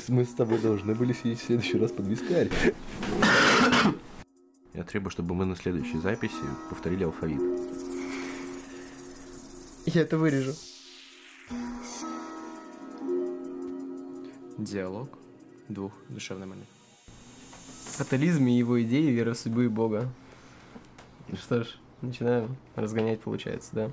Мы с тобой должны были сидеть в следующий раз под вискарь. Я требую, чтобы мы на следующей записи повторили алфавит. Я это вырежу. Диалог двух душевных моментов. Фатализм и его идеи, вера в судьбу и Бога. Что ж, начинаем разгонять, получается, да?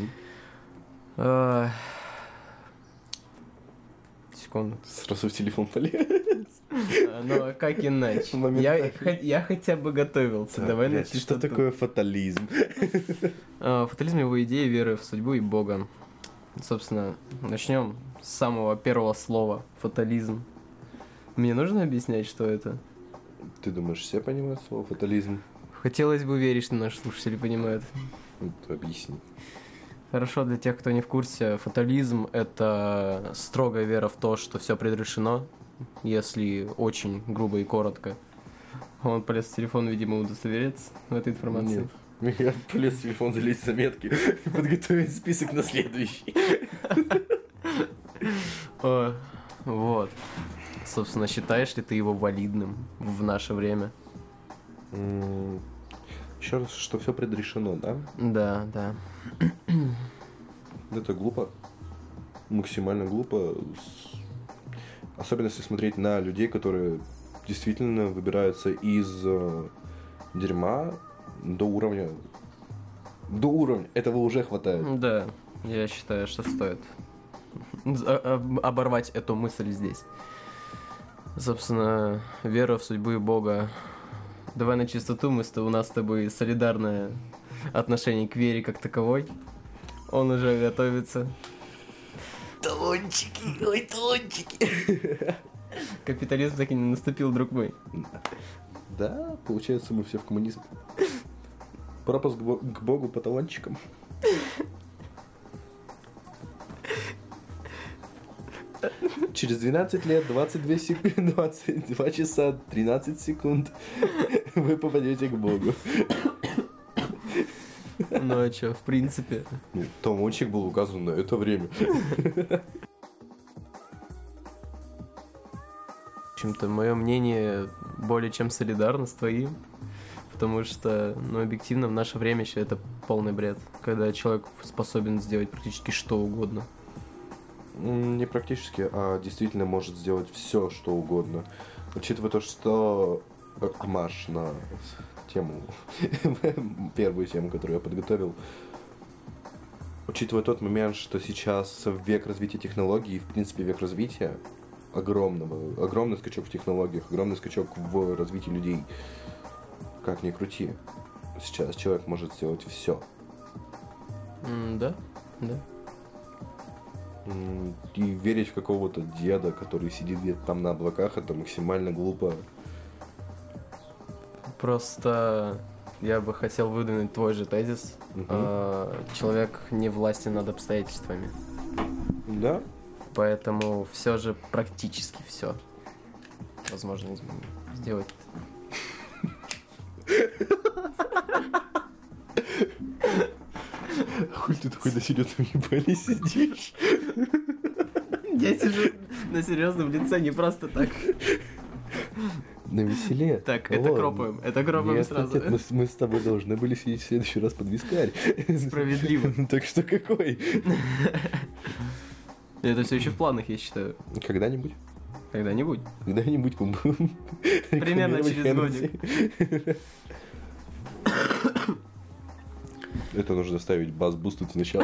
Секунду. Сразу в телефон полез. Ну, а как иначе? Я хотя бы готовился. Так, давай блядь, начнем. что такое фатализм? Фатализм и его идеи, веры в судьбу и Бога. Собственно, начнем с самого первого слова. Фатализм. Мне нужно объяснять, что это? Ты думаешь, все понимают слово фатализм? Хотелось бы верить, что наши слушатели понимают. Вот, объясни. Хорошо, для тех, кто не в курсе, фатализм – это строгая вера в то, что все предрешено, если очень грубо и коротко. Он полез в телефон, видимо, удостовериться в этой информации. Нет. Я полез в телефон залезть заметки и подготовить список на следующий. Вот. Собственно, считаешь ли ты его валидным в наше время? Еще раз, что все предрешено, да? Да, да. Это глупо. Максимально глупо. Особенно если смотреть на людей, которые действительно выбираются из дерьма до уровня. До уровня. Этого уже хватает. Да, я считаю, что стоит оборвать эту мысль здесь. Собственно, вера в судьбу и Бога. Давай на чистоту, у нас с тобой солидарное отношение к вере как таковой. Он уже готовится. Талончики, ой, талончики. Капитализм так и не наступил, друг мой. Да, получается, мы все в коммунизме. Пропуск к Богу по талончикам. Через 12 лет, 22 часа, 13 секунд вы попадете к Богу. Ну а что, в принципе? Талончик был указан на это время. В общем-то, мое мнение более чем солидарно с твоим. Потому что, объективно, в наше время еще это полный бред. Когда человек способен сделать практически что угодно. Не практически, а действительно может сделать все, что угодно. Учитывая то, что Маш на тему, первую тему, которую я подготовил, учитывая тот момент, что сейчас век развития технологий, в принципе, век развития огромный скачок в технологиях, огромный скачок в развитии людей. Как ни крути, сейчас человек может сделать все. Да. И верить в какого-то деда, который сидит где-то там на облаках, это максимально глупо. Просто я бы хотел выдвинуть твой же тезис. Человек не властен над обстоятельствами. Да? Поэтому все же практически все возможно сделать. Хуй ты такой на серьезном ебале сидишь? Я сижу на серьезном лице не просто так. На веселе. Так, это кропаем. Это кропаем нет, сразу. Нет, мы с тобой должны были сидеть в следующий раз под вискарь. Справедливо. Так что какой? Это все еще в планах, я считаю. Когда-нибудь. Когда-нибудь мы будем. примерно через годик. Это нужно ставить бас-буст тут сначала.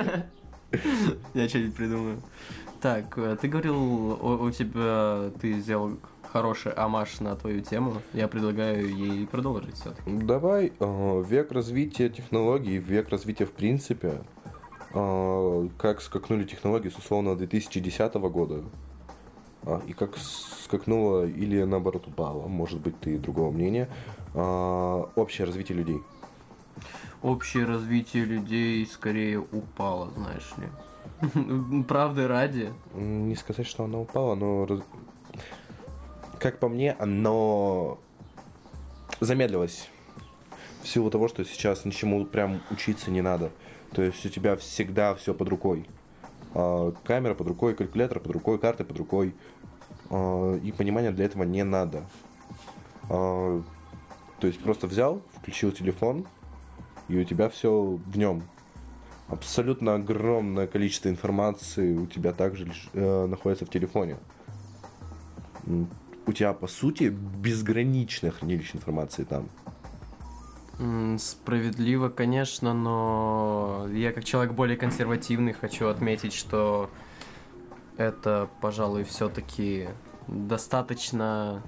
Я что-нибудь придумаю. Так, ты говорил, у тебя ты сделал хороший омаж на твою тему. Я предлагаю ей продолжить все-таки. Давай. Век развития технологий, век развития в принципе. Как скакнули технологии с условно 2010 года. И как скакнуло или наоборот упало, может быть, ты другого мнения, общее развитие людей. Общее развитие людей скорее упало, знаешь ли. Правды ради. Не сказать, что оно упало, но... Как по мне, оно замедлилось. В силу того, что сейчас ничему прям учиться не надо. То есть у тебя всегда все под рукой. Камера под рукой, калькулятор под рукой, карты под рукой. И понимания для этого не надо. То есть просто взял, включил телефон, и у тебя все в нем. Абсолютно огромное количество информации у тебя также находится в телефоне. У тебя, по сути, безграничное хранилище информации там. Справедливо, конечно, но я как человек более консервативный хочу отметить, что это, пожалуй, все-таки достаточно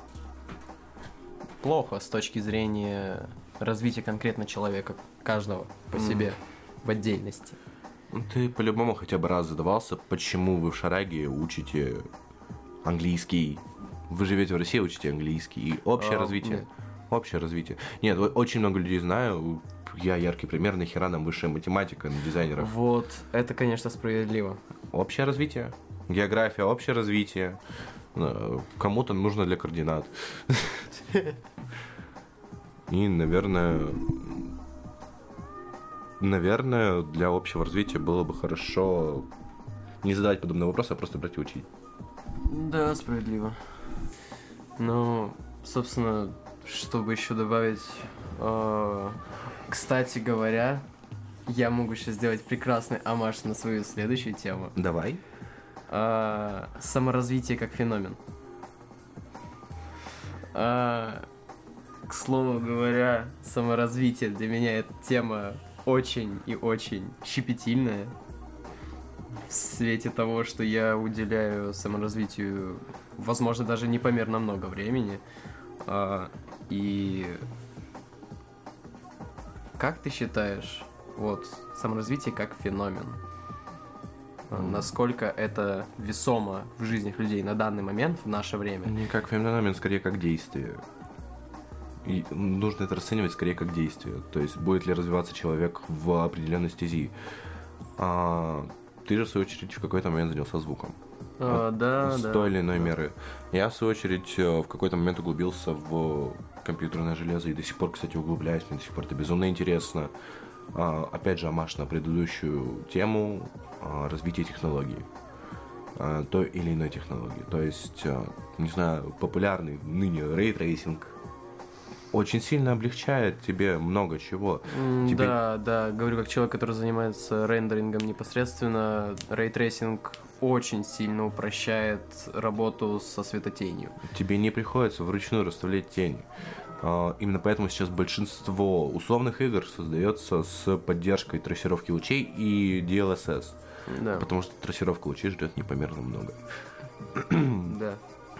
плохо с точки зрения развития конкретно человека, каждого по себе, в отдельности. Ты по-любому хотя бы раз задавался, почему вы в Шараге учите английский? Вы живете в России, учите английский. И общее развитие. Нет. Общее развитие. Нет, очень много людей знаю. Я яркий пример, нахера нам высшая математика на дизайнеров. Вот, это, конечно, справедливо. Общее развитие. География, общее развитие. Кому-то нужно для координат. И, наверное, для общего развития было бы хорошо не задавать подобные вопросы, а просто брать и учить. Да, справедливо. Ну, собственно, чтобы еще добавить, кстати говоря, я могу сейчас сделать прекрасный омаж на свою следующую тему. Давай. Саморазвитие как феномен. К слову говоря, саморазвитие для меня эта тема очень и очень щепетильная. В свете того, что я уделяю саморазвитию, возможно, даже непомерно много времени. И как ты считаешь, вот, саморазвитие как феномен? Насколько это весомо в жизнях людей на данный момент, в наше время? Не как феномен, скорее как действие. И нужно это расценивать скорее как действие. То есть, будет ли развиваться человек в определенной стези. Ты же, в свою очередь, в какой-то момент занялся звуком. Да. С той или иной меры. Я, в свою очередь, в какой-то момент углубился в компьютерное железо. И до сих пор, кстати, углубляюсь. Мне до сих пор это безумно интересно. Опять же, омаж на предыдущую тему развития технологий. Той или иной технологии. То есть, не знаю, популярный ныне рейтрейсинг очень сильно облегчает тебе много чего. Да, говорю как человек, который занимается рендерингом непосредственно, рейтрейсинг очень сильно упрощает работу со светотенью. Тебе не приходится вручную расставлять тень. Именно поэтому сейчас большинство условных игр создается с поддержкой трассировки лучей и DLSS. Да. Потому что трассировка лучей ждет непомерно много. Да.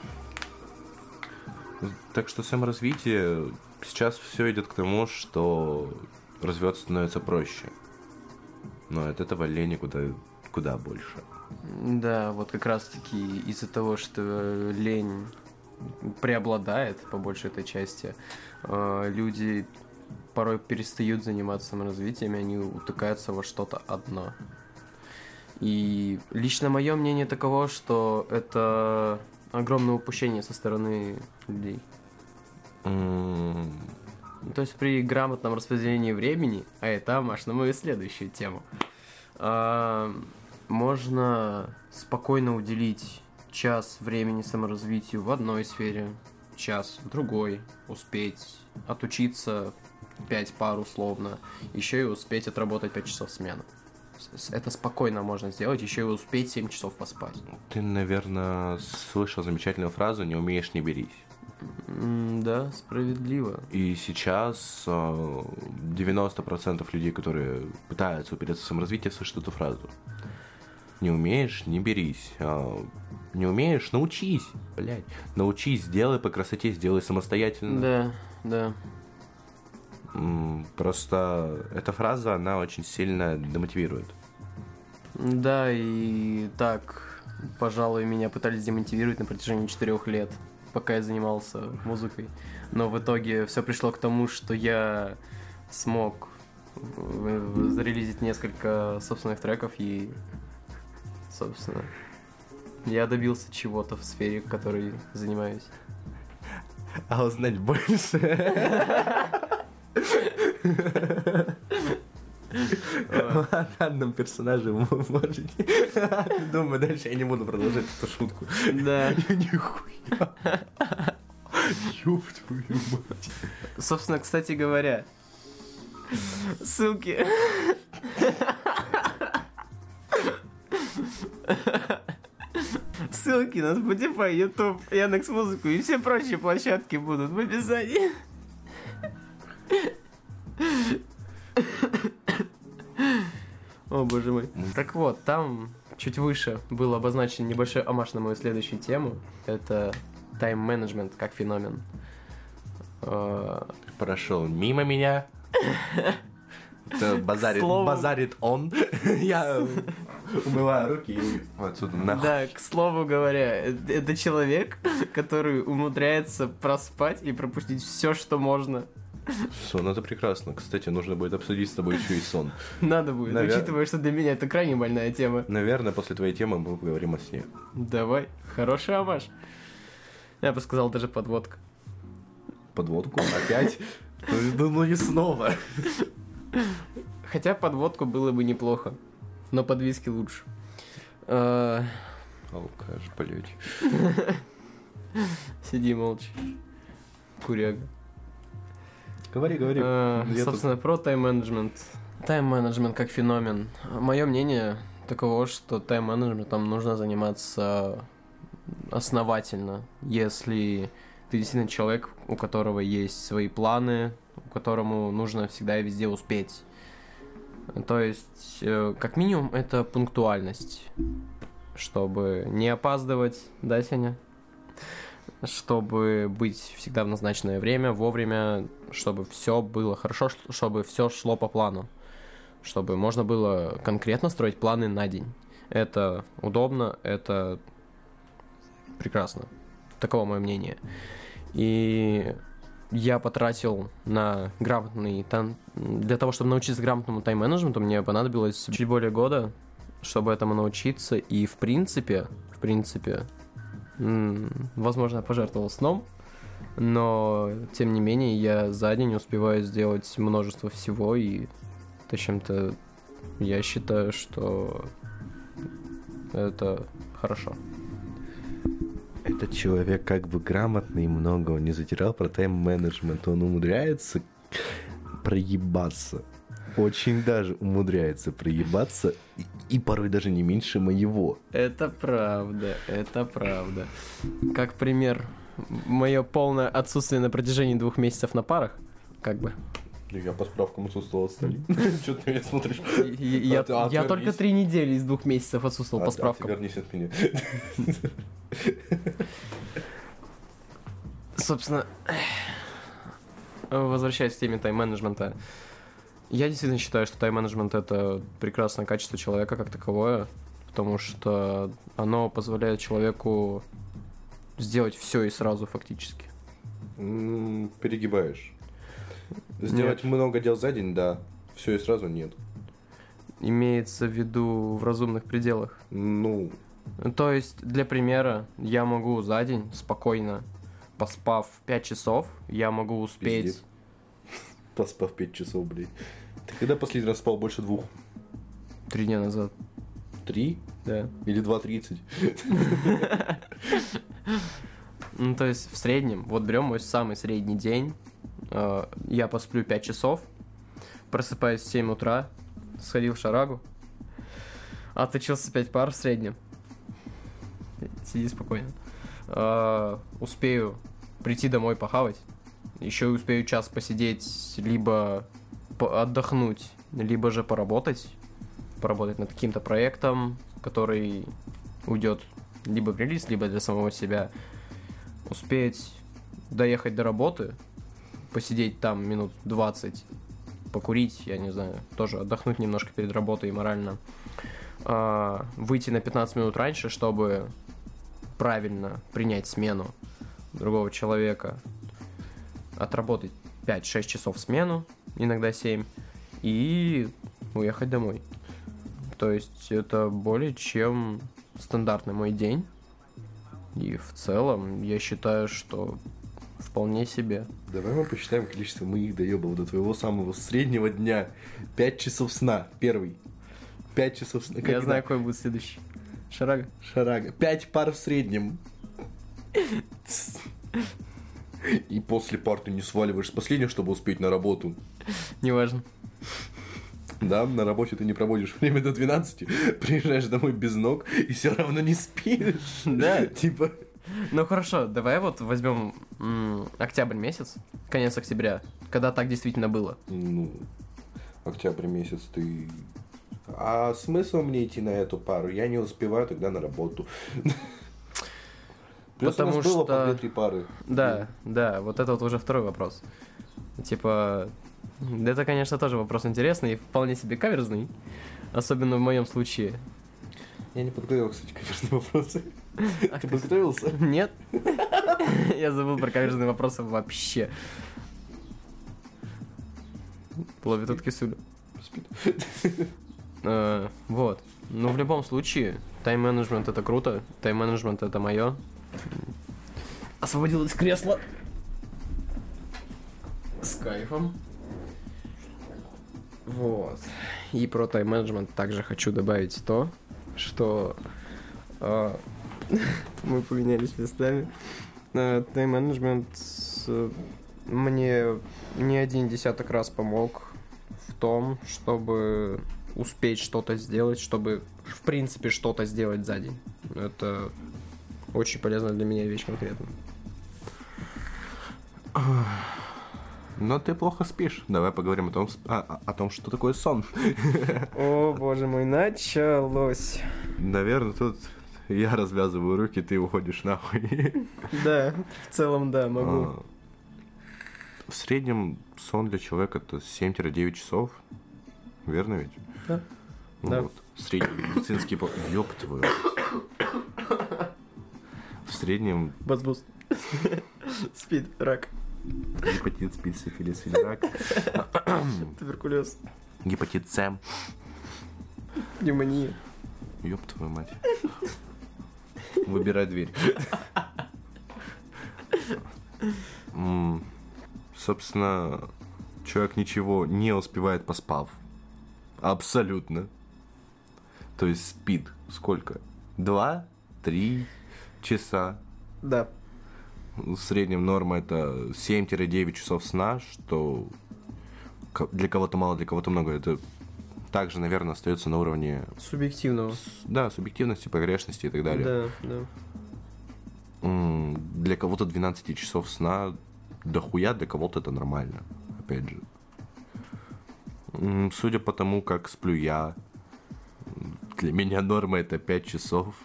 Так что саморазвитие сейчас все идет к тому, что развиваться становится проще. Но от этого лени куда больше. Да, вот как раз-таки из-за того, что лень преобладает по большей этой части, люди порой перестают заниматься саморазвитием, и они утыкаются во что-то одно. И лично мое мнение таково, что это огромное упущение со стороны людей. То есть при грамотном распределении времени, а это омаж на мою следующую тему, можно спокойно уделить час времени саморазвитию в одной сфере, час в другой, успеть отучиться 5 пар условно, еще и успеть отработать 5 часов смены. Это спокойно можно сделать, еще и успеть 7 часов поспать. Ты, наверное, слышал замечательную фразу «не умеешь, не берись». Да, справедливо. И сейчас 90% людей, которые пытаются упереться в саморазвитие, слышат эту фразу. Не умеешь, не берись. Не умеешь, научись. Блядь. Научись, сделай по красоте, сделай самостоятельно. Да. Просто эта фраза, она очень сильно демотивирует. Да, и так, пожалуй, меня пытались демотивировать на протяжении 4 лет, пока я занимался музыкой. Но в итоге все пришло к тому, что я смог зарелизить несколько собственных треков и, собственно, я добился чего-то в сфере, которой занимаюсь. А узнать больше? О одном персонаже вы можете. Думаю, дальше я не буду продолжать эту шутку. Да. Нихуя. Ёб твою мать. Собственно, кстати говоря, ссылки. Ссылки на Spotify, YouTube, Яндекс.Музыку и все прочие площадки будут в описании. О, боже мой. Так вот, там чуть выше был обозначен небольшой омаж на мою следующую тему. Это тайм-менеджмент как феномен. Прошел мимо меня. Это базарит он. Я умываю руки и отсюда нахуй. Да, к слову говоря, это человек, который умудряется проспать и пропустить все, что можно. Сон, это прекрасно. Кстати, нужно будет обсудить с тобой еще и сон. Надо будет, учитывая, что для меня это крайне больная тема. Наверное, после твоей темы мы поговорим о сне. Давай, хороший омаж. Я бы сказал, даже подводка. Подводку? Опять? Ну и снова. Хотя подводку было бы неплохо, но под виски лучше. Алкаш, блядь. Сиди молча. Куряга. Говори. Собственно, про тайм-менеджмент. Тайм-менеджмент как феномен. Мое мнение таково, что тайм-менеджментом нужно заниматься основательно, если ты действительно человек, у которого есть свои планы, у которому нужно всегда и везде успеть. То есть, как минимум, это пунктуальность, чтобы не опаздывать, да, Сеня? Чтобы быть всегда в назначенное время, вовремя, чтобы все было хорошо, чтобы все шло по плану, чтобы можно было конкретно строить планы на день. Это удобно, это прекрасно. Таково мое мнение. И я потратил на грамотный для того, чтобы научиться грамотному тайм-менеджменту, мне понадобилось чуть более года, чтобы этому научиться. И в принципе, возможно, я пожертвовал сном, но тем не менее я за день успеваю сделать множество всего, и чем-то я считаю, что это хорошо. Этот человек как бы грамотный, много он не затирал про тайм-менеджмент. Он умудряется проебаться. Очень даже умудряется проебаться. И порой даже не меньше моего. Это правда. Как пример, мое полное отсутствие на протяжении 2 месяцев на парах, как бы. Я по справкам отсутствовал, отстали. Что ты меня смотришь? Я только 3 недели из 2 месяцев отсутствовал по справкам. Вернись от меня. Собственно, возвращаясь к теме тайм-менеджмента, я действительно считаю, что тайм-менеджмент — это прекрасное качество человека как таковое, потому что оно позволяет человеку сделать все и сразу фактически. Перегибаешь. Сделать много дел за день, да. Все и сразу нет. Имеется в виду в разумных пределах. Ну. То есть, для примера, я могу за день спокойно, поспав 5 часов, я могу успеть... Пиздец. Поспав 5 часов, блин. Ты когда последний раз спал больше 2? 3 дня назад. 3? Да. Или 2:30? Ну, то есть, в среднем, вот берем мой самый средний день, я посплю 5 часов, просыпаюсь в 7 утра, сходил в шарагу, отточился 5 пар в среднем. Сиди спокойно. Успею прийти домой похавать, еще и успею час посидеть, либо отдохнуть, либо же поработать над каким-то проектом, который уйдет либо в релиз, либо для самого себя. Успеть доехать до работы, посидеть там минут 20, покурить, я не знаю, тоже отдохнуть немножко перед работой морально, выйти на 15 минут раньше, чтобы правильно принять смену другого человека, отработать 5-6 часов смену, иногда 7, и уехать домой. То есть это более чем стандартный мой день. И в целом я считаю, что Вполне себе. Давай мы посчитаем количество моих доебов до твоего самого среднего дня. 5 часов сна. Первый. 5 часов сна. Я знаю, какой будет следующий. Шарага. 5 пар в среднем. И после пар ты не сваливаешь с последнего, чтобы успеть на работу. Неважно. Да, на работе ты не проводишь время до 12, приезжаешь домой без ног и все равно не спишь. Да. Типа... Ну хорошо, давай вот возьмем октябрь месяц, конец октября, когда так действительно было. Ну, октябрь месяц ты... А смысл мне идти на эту пару? Я не успеваю тогда на работу. Плюс у нас было по 2-3 пары. Да, вот это вот уже второй вопрос. Типа, это, конечно, тоже вопрос интересный и вполне себе каверзный, особенно в моем случае. Я не подготовил, кстати, каверзные вопросы. Ты подготовился? Нет. Я забыл про каверзные вопросы вообще. Ловит от кисуля. Спит. Вот. Ну, в любом случае, тайм-менеджмент это круто. Тайм-менеджмент это мое. Освободилось кресло. С кайфом. Вот. И про тайм-менеджмент также хочу добавить то, что мы поменялись местами. Тайм-менеджмент мне не один десяток раз помог в том, чтобы успеть что-то сделать, чтобы в принципе что-то сделать за день. Это очень полезная для меня вещь конкретно. Но ты плохо спишь. Давай поговорим о том, что такое сон. О, боже мой, началось. Наверное, тут я развязываю руки, ты уходишь нахуй. Да, в целом, да, могу. В среднем сон для человека это 7-9 часов. Верно ведь? Да. Да. Вот. Средний медицинский... Ёб твою. В среднем... Базбуз. Спид, рак. Гепатит, СПИД, сифилис или рак. Туберкулез. Гепатит С. Пневмония. Ёб твою мать. Выбирай дверь. Собственно, человек ничего не успевает, поспав. Абсолютно. То есть спит сколько? 2-3 часа. Да. В среднем норма это 7-9 часов сна, что для кого-то мало, для кого-то много. Это также, наверное, остается на уровне... Субъективного. Да, субъективности, погрешности и так далее. Да. Для кого-то 12 часов сна дохуя, для кого-то это нормально. Опять же. Судя по тому, как сплю я, для меня норма это 5 часов.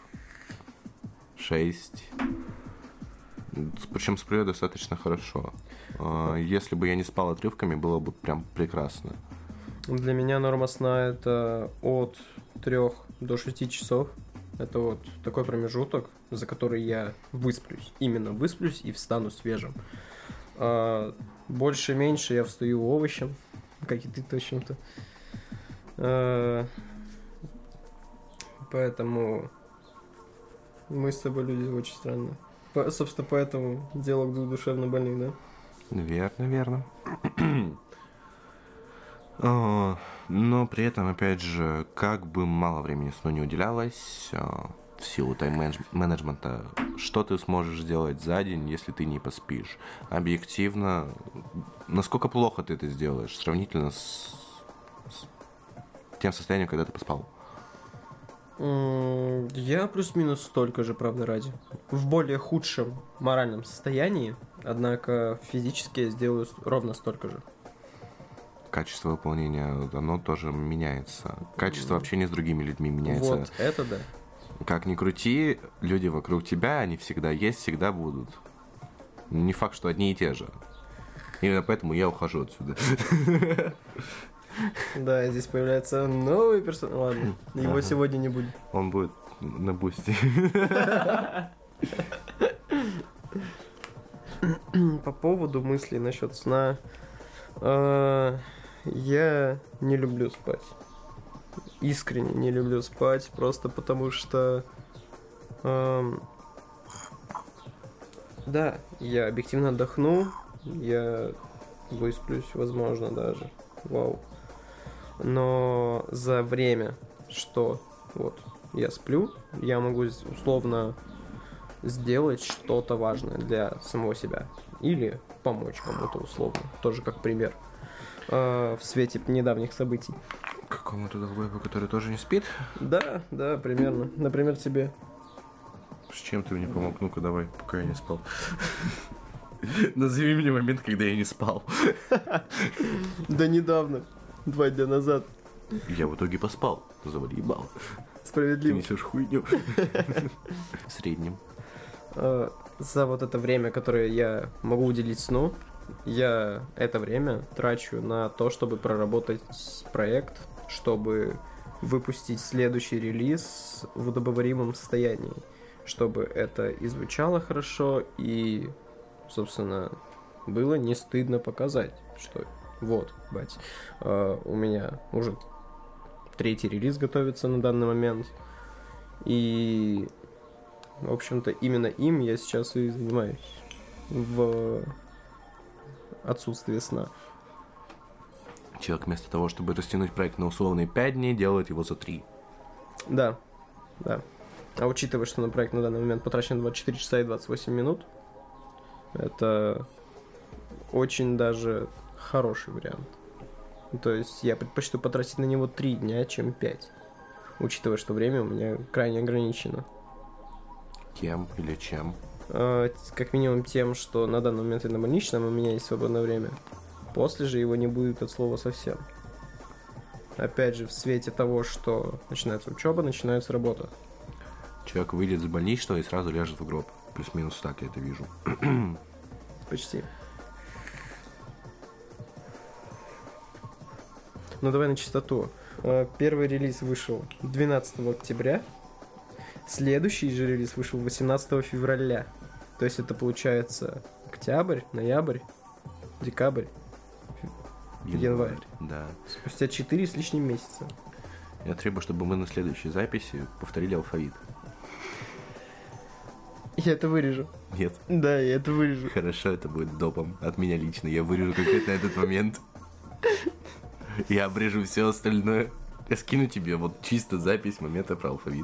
6. Причем сплю я достаточно хорошо. Если бы я не спал отрывками, было бы прям прекрасно. Для меня норма сна это от 3 до 6 часов. Это вот такой промежуток, за который я высплюсь. Именно высплюсь и встану свежим. Больше-меньше я встаю овощем, как и ты точно-то. Поэтому мы с тобой люди очень странные. Собственно, поэтому диалог двух душевно больных, да? Верно. Но при этом, опять же, как бы мало времени сну не уделялось, в силу тайм-менеджмента, что ты сможешь сделать за день, если ты не поспишь? Объективно, насколько плохо ты это сделаешь, сравнительно с тем состоянием, когда ты поспал? Я плюс-минус столько же, правда, ради. В более худшем моральном состоянии, однако физически я сделаю ровно столько же. Качество выполнения, оно тоже меняется. Качество общения с другими людьми меняется. Вот, это да. Как ни крути, люди вокруг тебя, они всегда есть, всегда будут. Не факт, что одни и те же. Именно поэтому я ухожу отсюда. Да, здесь появляется новый персонаж. Ладно, его сегодня не будет. Он будет на бусте. По поводу мыслей насчет сна. Я не люблю спать. Искренне не люблю спать, просто потому что Да, я объективно отдохну, я высплюсь, возможно, даже. Вау. Но за время, что вот я сплю, я могу условно сделать что-то важное для самого себя. Или помочь кому-то условно. Тоже как пример. В свете недавних событий. Какому-то долбоебу, который тоже не спит? Да, примерно. Например, тебе. С чем ты мне помог? Ну-ка, давай, пока я не спал. Назови мне момент, когда я не спал. Да недавно. 2 дня назад. Я в итоге поспал. Завали ебал. Справедливо. Ты несешь хуйню. В среднем. За вот это время, которое я могу уделить сну, я это время трачу на то, чтобы проработать проект, чтобы выпустить следующий релиз в удобоваримом состоянии, чтобы это и звучало хорошо, и, собственно, было не стыдно показать, что вот, бать, у меня уже 3-й релиз готовится на данный момент, и, в общем-то, именно им я сейчас и занимаюсь в отсутствие сна. Человек вместо того, чтобы растянуть проект на условные 5 дней, делает его за 3. Да. А учитывая, что на проект на данный момент потрачено 24 часа и 28 минут, это очень даже хороший вариант. То есть я предпочту потратить на него 3 дня, чем 5. Учитывая, что время у меня крайне ограничено. Кем или чем? Как минимум тем, что на данный момент я на больничном, у меня есть свободное время. После же его не будет от слова совсем. Опять же, в свете того, что начинается учеба, начинается работа. Человек выйдет с больничного и сразу ляжет в гроб. Плюс-минус так я это вижу. Почти. Ну давай на чистоту. Первый релиз вышел 12 октября. Следующий же релиз вышел 18 февраля. То есть это получается октябрь, ноябрь, декабрь, январь. Да. Спустя 4 с лишним месяца. Я требую, чтобы мы на следующей записи повторили алфавит. Я это вырежу. Нет. Да, я это вырежу. Хорошо, это будет допом. От меня лично. Я вырежу конкретно этот момент. Я обрежу все остальное. Я скину тебе вот чисто запись момента про алфавит.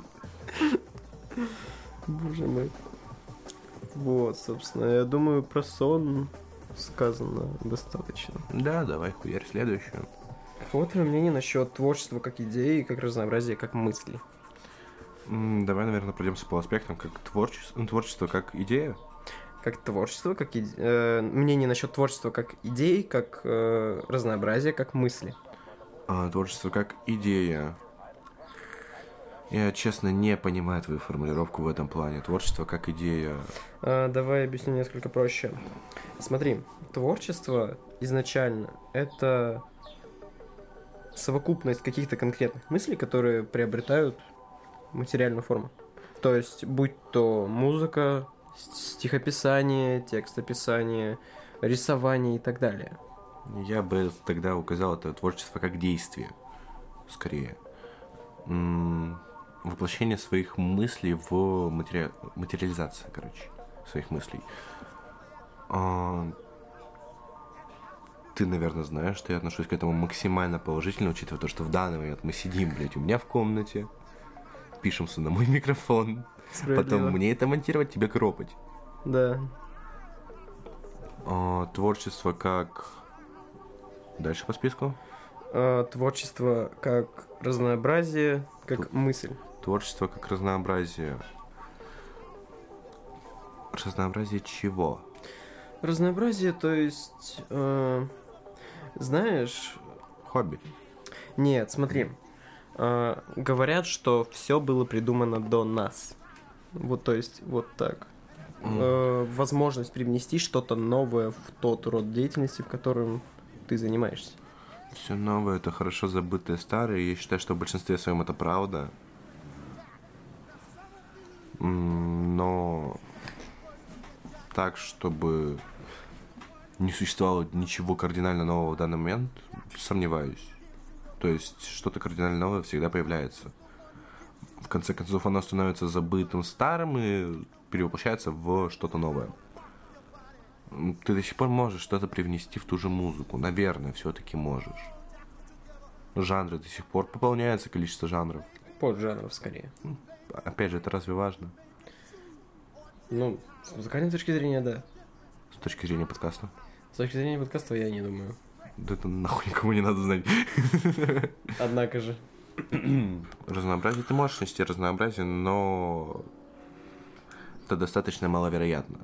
Боже мой. Вот, собственно, я думаю, про сон сказано достаточно. Да, давай, хуярь следующую. Вот твое мнение насчет творчества как идеи, как разнообразия, как мысли. Давай, наверное, пройдемся по аспектам, как творчество как идея. Как творчество, как мнение насчет творчества как идеи, как разнообразие, как мысли. Творчество как идея. Я, честно, не понимаю твою формулировку в этом плане. Творчество как идея. Давай объясню несколько проще. Смотри, творчество изначально это совокупность каких-то конкретных мыслей, которые приобретают материальную форму. То есть, будь то музыка, стихописание, текстописание, рисование и так далее. Я бы тогда указал это творчество как действие, скорее. Воплощение своих мыслей в материализация, короче, своих мыслей. Ты, наверное, знаешь, что я отношусь к этому максимально положительно, учитывая то, что в данный момент мы сидим, блядь, у меня в комнате, пишемся на мой микрофон, потом мне это монтировать, тебе кропать. Да. Творчество как... Дальше по списку? Творчество как разнообразие, как мысль. Творчество как разнообразие. Разнообразие чего? Разнообразие, то есть, знаешь... Хобби. Нет, смотри. Говорят, что все было придумано до нас. Вот, то есть, вот так. Возможность привнести что-то новое в тот род деятельности, в котором ты занимаешься. Все новое — это хорошо забытое старое, и я считаю, что в большинстве своем это правда. Но так, чтобы не существовало ничего кардинально нового в данный момент, сомневаюсь. То есть что-то кардинально новое всегда появляется. В конце концов, оно становится забытым старым и перевоплощается в что-то новое. Ты до сих пор можешь что-то привнести в ту же музыку. Наверное, все-таки можешь. Жанры до сих пор пополняется, количество жанров. Поджанров скорее. Опять же, это разве важно? Ну, с музыкальной точки зрения, да. С точки зрения подкаста? С точки зрения подкаста я не думаю. Да это нахуй никому не надо знать. Однако же. Разнообразие, ты можешь нести разнообразие, но это достаточно маловероятно.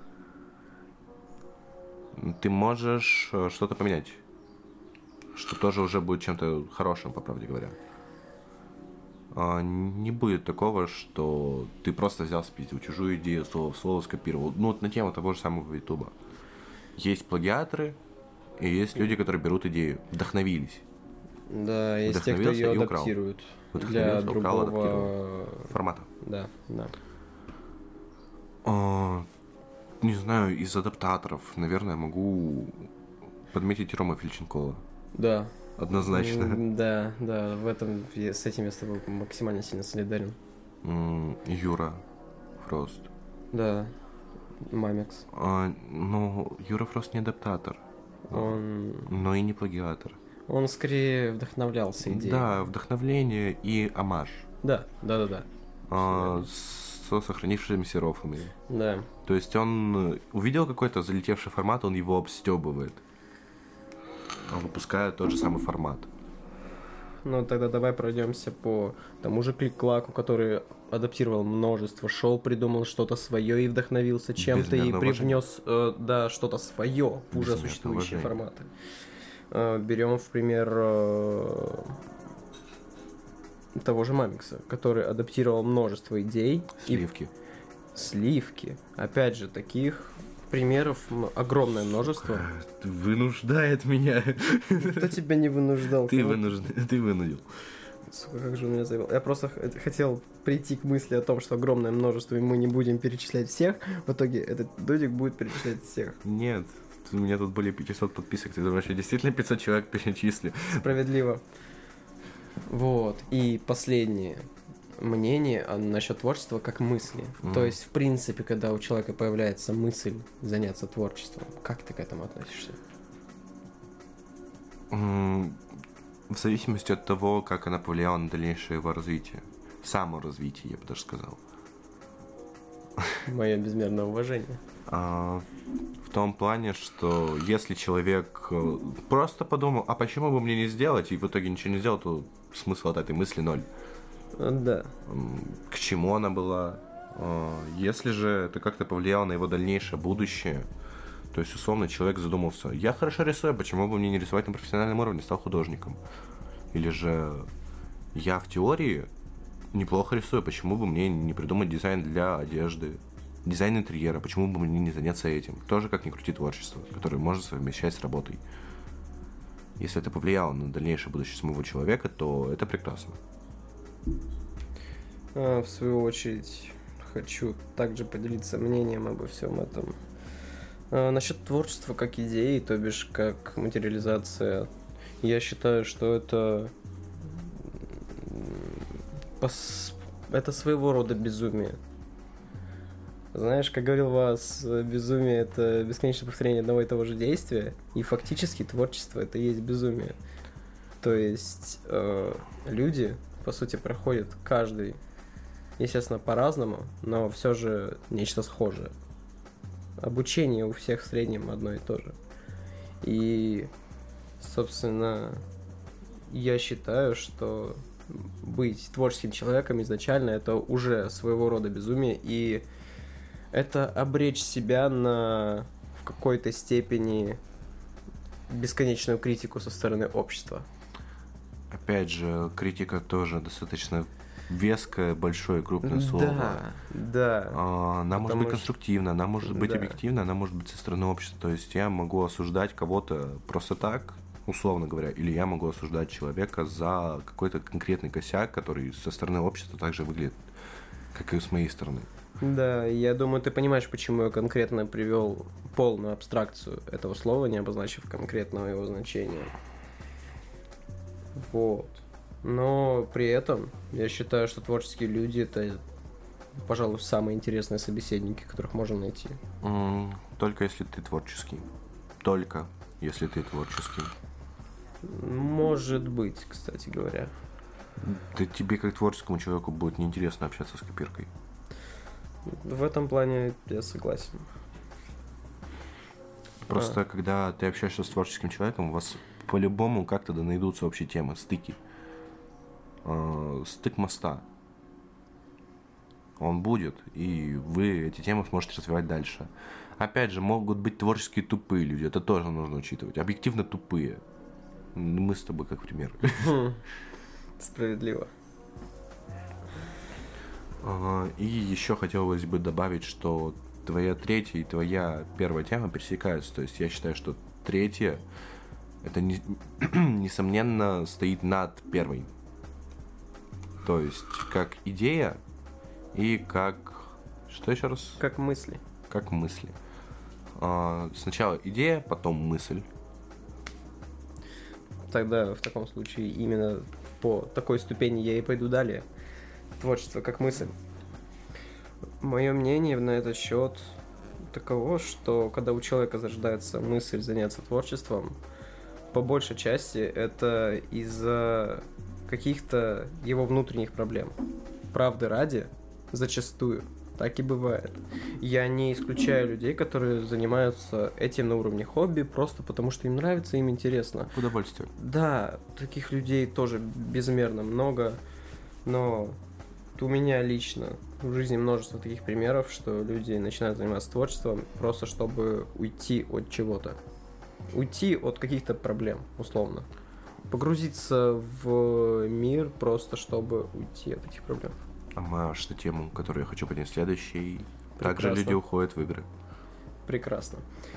Ты можешь что-то поменять, что тоже уже будет чем-то хорошим, по правде говоря. Не будет такого, что ты просто взял, спиздил чужую идею, слово в слово скопировал. Ну, вот на тему того же самого Ютуба. Есть плагиаторы, и есть люди, которые берут идею, вдохновились. Да, есть те, кто ее адаптирует для другого формата. Да, да. Не знаю, из адаптаторов, наверное, могу подметить Рому Фильченкова. Да. Однозначно. Да, да, в этом, с этим я с тобой максимально сильно солидарен. Юра Фрост. Да, Мамикс. Но Юра Фрост не адаптатор. Но и не плагиатор. Он скорее вдохновлялся идеей. Да, вдохновление и омаж. Да. Со сохранившимися рофлами. Да. То есть он увидел какой-то залетевший формат, он его обстебывает, выпуская тот же самый формат. Ну, тогда давай пройдемся по тому же Клик-Клаку, который адаптировал множество шоу, придумал что-то свое и вдохновился чем-то и привнес, что-то свое в уже существующие форматы. Берем в пример того же Мамикса, который адаптировал множество идей. Сливки. Опять же, таких примеров огромное множество. Вынуждает меня. Кто тебя не вынуждал? Ты вынудил. Сука, как же он меня завел. Я просто хотел прийти к мысли о том, что огромное множество, и мы не будем перечислять всех. В итоге этот Дудик будет перечислять всех. Нет, у меня тут более 500 подписок. Ты думаешь, я действительно 500 человек перечислю? Справедливо. Вот. И последнее мнение насчет творчества как мысли. То есть, в принципе, когда у человека появляется мысль заняться творчеством, как ты к этому относишься? В зависимости от того, как она повлияла на дальнейшее его развитие. Саморазвитие, я бы даже сказал. Мое безмерное уважение. В том плане, что если человек просто подумал, а почему бы мне не сделать, и в итоге ничего не сделал, то смысл от этой мысли ноль. Да. К чему она была? Если же это как-то повлияло на его дальнейшее будущее, то есть, условно, человек задумался, я хорошо рисую, почему бы мне не рисовать на профессиональном уровне, стал художником? Или же я в теории неплохо рисую, почему бы мне не придумать дизайн для одежды, дизайн интерьера, почему бы мне не заняться этим? Тоже как ни крути творчество, которое можно совмещать с работой. Если это повлияло на дальнейшее будущее самого человека, то это прекрасно. В свою очередь, хочу также поделиться мнением обо всем этом. Насчет творчества как идеи, то бишь как материализация, я считаю, что это своего рода безумие. Знаешь, как говорил вас, безумие — это бесконечное повторение одного и того же действия, и фактически творчество — это и есть безумие. То есть люди, по сути, проходят каждый, естественно, по-разному, но все же нечто схожее. Обучение у всех в среднем одно и то же. И, собственно, я считаю, что быть творческим человеком изначально — это уже своего рода безумие, и это обречь себя на в какой-то степени бесконечную критику со стороны общества. Опять же, критика тоже достаточно веское, большое, крупное слово. Да. Она может быть конструктивна, она может быть объективна, она может быть со стороны общества. То есть я могу осуждать кого-то просто так, условно говоря, или я могу осуждать человека за какой-то конкретный косяк, который со стороны общества также выглядит, как и с моей стороны. Да, я думаю, ты понимаешь, почему я конкретно привел полную абстракцию этого слова, не обозначив конкретного его значения. Вот. Но при этом я считаю, что творческие люди — это, пожалуй, самые интересные собеседники, которых можно найти. только если ты творческий. Только если ты творческий. Может быть, кстати говоря. Да тебе, как творческому человеку, будет неинтересно общаться с копиркой. В этом плане я согласен. Просто когда ты общаешься с творческим человеком, у вас по-любому как-то да найдутся общие темы, стыки. Стык моста. Он будет, и вы эти темы сможете развивать дальше. Опять же, могут быть творческие тупые люди, это тоже нужно учитывать. Объективно тупые. Мы с тобой как пример. Справедливо. И еще хотелось бы добавить, что твоя третья и твоя первая тема пересекаются. То есть я считаю, что третья, это несомненно стоит над первой. То есть как идея и как... Что еще раз? Как мысли. Как мысли. Сначала идея, потом мысль. Тогда в таком случае именно по такой ступени я и пойду далее. Творчество как мысль. Мое мнение на этот счет таково, что когда у человека зарождается мысль заняться творчеством, по большей части это из-за каких-то его внутренних проблем. Правды ради, зачастую, так и бывает. Я не исключаю людей, которые занимаются этим на уровне хобби, просто потому что им нравится, им интересно. В удовольствие. Да, таких людей тоже безмерно много, но у меня лично в жизни множество таких примеров, что люди начинают заниматься творчеством просто чтобы уйти от чего-то. Уйти от каких-то проблем, условно. Погрузиться в мир просто чтобы уйти от этих проблем. А Маш, на тему, которую я хочу поднять следующей. Прекрасно. Также люди уходят в игры. Прекрасно.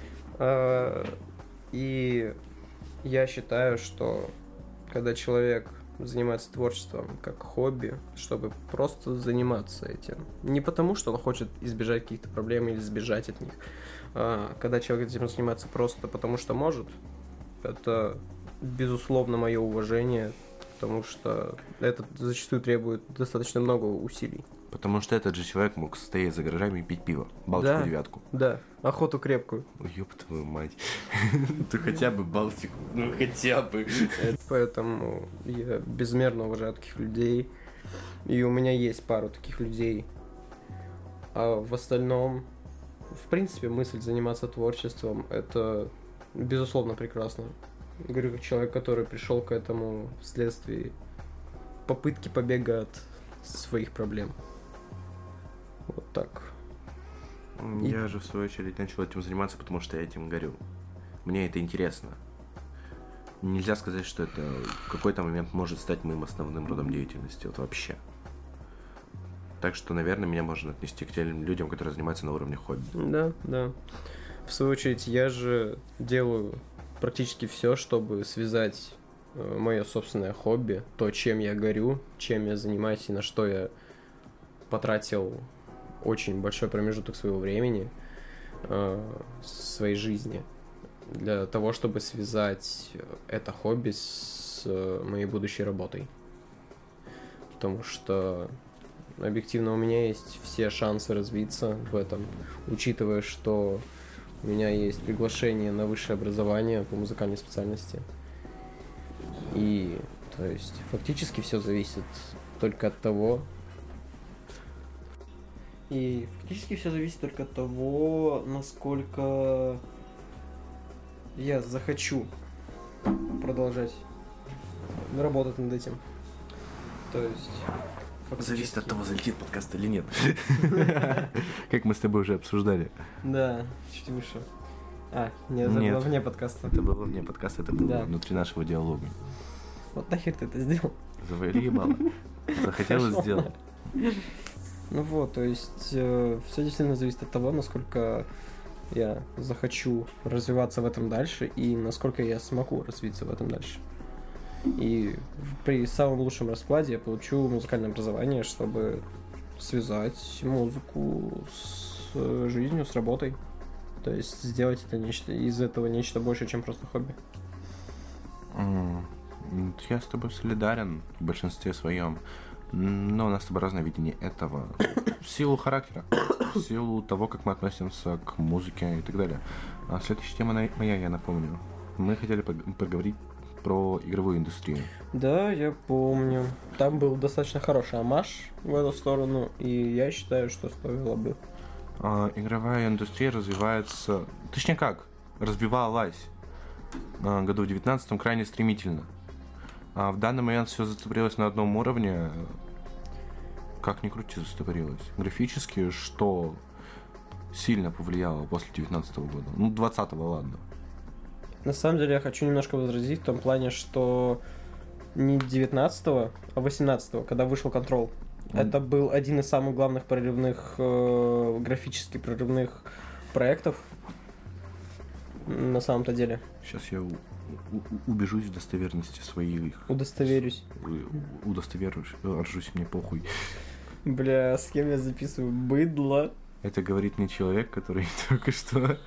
И я считаю, что когда человек занимается творчеством как хобби, чтобы просто заниматься этим. Не потому, что он хочет избежать каких-то проблем или сбежать от них. Когда человек этим занимается просто потому, что может, это, безусловно, мое уважение, потому что это зачастую требует достаточно много усилий. Потому что этот же человек мог стоять за гаражами и пить пиво. Балтику девятку. Да, охоту крепкую. Ёб твою мать. Ты хотя бы Балтику, ну хотя бы. Поэтому я безмерно уважаю таких людей. И у меня есть пару таких людей. А в остальном, в принципе, мысль заниматься творчеством, это, безусловно, прекрасно. Говорю, как человек, который пришел к этому вследствие попытки побега от своих проблем. Вот так. Я же, в свою очередь, начал этим заниматься, потому что я этим горю. Мне это интересно. Нельзя сказать, что это в какой-то момент может стать моим основным родом деятельности. Вот вообще. Так что, наверное, меня можно отнести к тем людям, которые занимаются на уровне хобби. Да, да. В свою очередь, я же делаю практически все, чтобы связать мое собственное хобби, то, чем я горю, чем я занимаюсь и на что я потратил очень большой промежуток своего времени, своей жизни, для того, чтобы связать это хобби с моей будущей работой. Потому что объективно у меня есть все шансы развиться в этом, учитывая, что у меня есть приглашение на высшее образование по музыкальной специальности. И, то есть, фактически все зависит только от того, насколько я захочу продолжать работать над этим. То есть... Зависит от того, залетит подкаст или нет. Как мы с тобой уже обсуждали. Да, чуть выше. Нет, это было вне подкаста. Это было вне подкаста, это было внутри нашего диалога. Вот нахер ты это сделал? Завали ебало. Захотелось сделать. Ну вот, то есть все действительно зависит от того, насколько я захочу развиваться в этом дальше и насколько я смогу развиться в этом дальше. И при самом лучшем раскладе я получу музыкальное образование, чтобы связать музыку с жизнью, с работой. То есть сделать это из этого нечто больше, чем просто хобби. Я с тобой солидарен в большинстве своем. Но у нас с тобой разное видение этого. В силу характера, в силу того, как мы относимся к музыке и так далее. А следующая тема моя, я напомню. Мы хотели поговорить про игровую индустрию. Да, я помню. Там был достаточно хороший омаж в эту сторону, и я считаю, что стоило бы. Игровая индустрия развивается... Точнее как? Развивалась году в 19-м крайне стремительно. А в данный момент все застопорилось на одном уровне. Как ни крути, застопорилось. Графически, что сильно повлияло после 19-го года. Ну, 20-го, ладно. На самом деле, я хочу немножко возразить в том плане, что не 19-го, а 18-го, когда вышел Control. Это был один из самых главных прорывных, графически прорывных проектов на самом-то деле. Сейчас я убежусь в достоверности своих. Удостоверюсь. Удостоверюсь, ржусь, мне похуй. Бля, с кем я записываю? Быдло. Это говорит мне человек, который только что...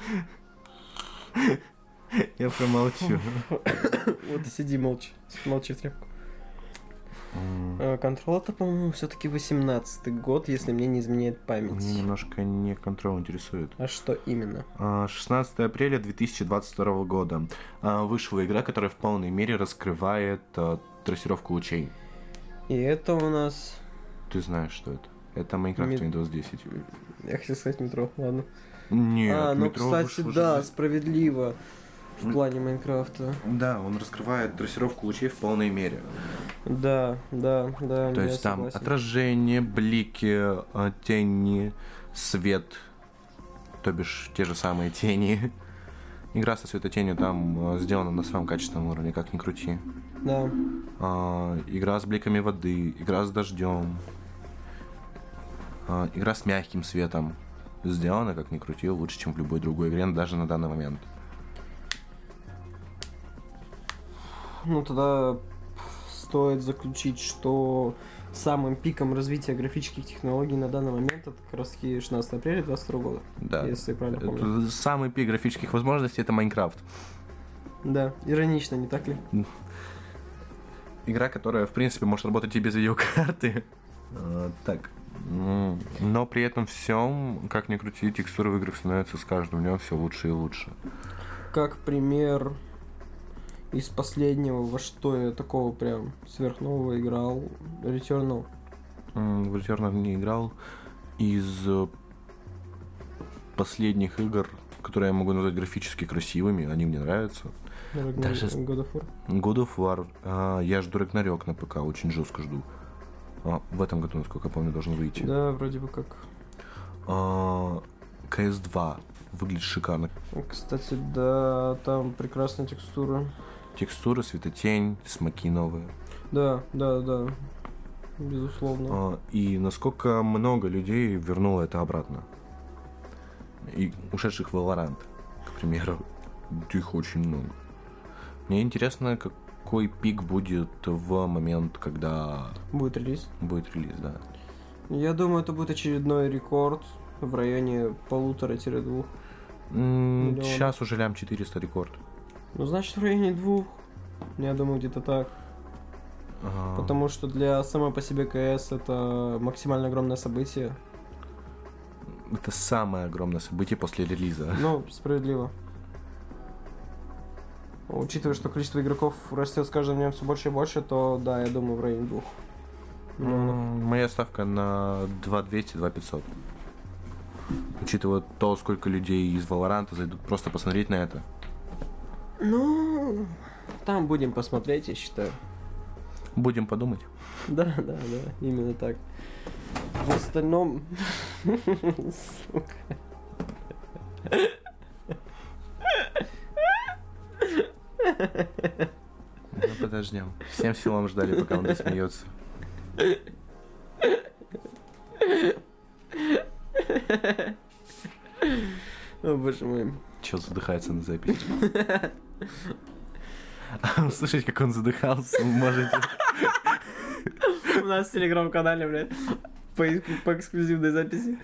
Я промолчу. Вот и сиди молча. Молчи в тряпку. Control это, по-моему, все-таки 18-й год, если мне не изменяет память. Мне немножко не Control интересует. А что именно? 16 апреля 2022 года вышла игра, которая в полной мере раскрывает трассировку лучей. И это у нас... Ты знаешь, что это? Это Minecraft Windows 10. Я хотел сказать метро, ладно. Нет, ну, метро кстати, вышло да, уже... справедливо. В плане Майнкрафта. Да, он раскрывает трассировку лучей в полной мере. Да. То есть там отражение, блики, тени, свет, то бишь те же самые тени. Игра со светотенью там сделана на самом качественном уровне, как ни крути. Да. Игра с бликами воды, игра с дождем, игра с мягким светом. Сделана, как ни крути, лучше, чем в любой другой игре, даже на данный момент. Ну, тогда стоит заключить, что самым пиком развития графических технологий на данный момент это как раз 16 апреля 2022 года. Да. Если я правильно помню. Самый пик графических возможностей — это Майнкрафт. Да, иронично, не так ли? Игра, которая, в принципе, может работать и без видеокарты. Так. Но при этом всем, как ни крути, текстуры в играх становятся с каждым днем все лучше и лучше. Как пример из последнего, во что я такого прям сверхнового играл, Returnal. В Returnal не играл. Из последних игр, которые я могу назвать графически красивыми, они мне нравятся. Даже God of War. God of War. Я жду Ragnarok на ПК, очень жестко жду. В этом году, насколько я помню, должен выйти. Да, вроде бы как. CS2 выглядит шикарно. Кстати, да, там прекрасная текстура. Текстура, светотень, смоки новые. Да. Безусловно. И насколько много людей вернуло это обратно. И ушедших в Valorant, к примеру. Их очень много. Мне интересно, какой пик будет в момент, когда... Будет релиз? Будет релиз, да. Я думаю, это будет очередной рекорд в районе 1,5-2 миллионов. Сейчас уже лям 400 рекорд. Ну, значит, в районе 2. Я думаю, где-то так. Потому что для самой по себе КС это максимально огромное событие. Это самое огромное событие после релиза. Ну, справедливо. Учитывая, что количество игроков растет с каждым днем все больше и больше, то да, я думаю, в районе 2 миллионов. Моя ставка на 2200-2500. Учитывая то, сколько людей из Valorant зайдут просто посмотреть на это. Ну, там будем посмотреть, я считаю. Будем подумать. Да, именно так. В остальном... Сука. Ну, подождем. Всем силам ждали, пока он досмеется. О, боже мой. Чел задыхается на записи. Услышать, как он задыхался, вы можете... У нас в телеграм-канале, блядь, по эксклюзивной записи.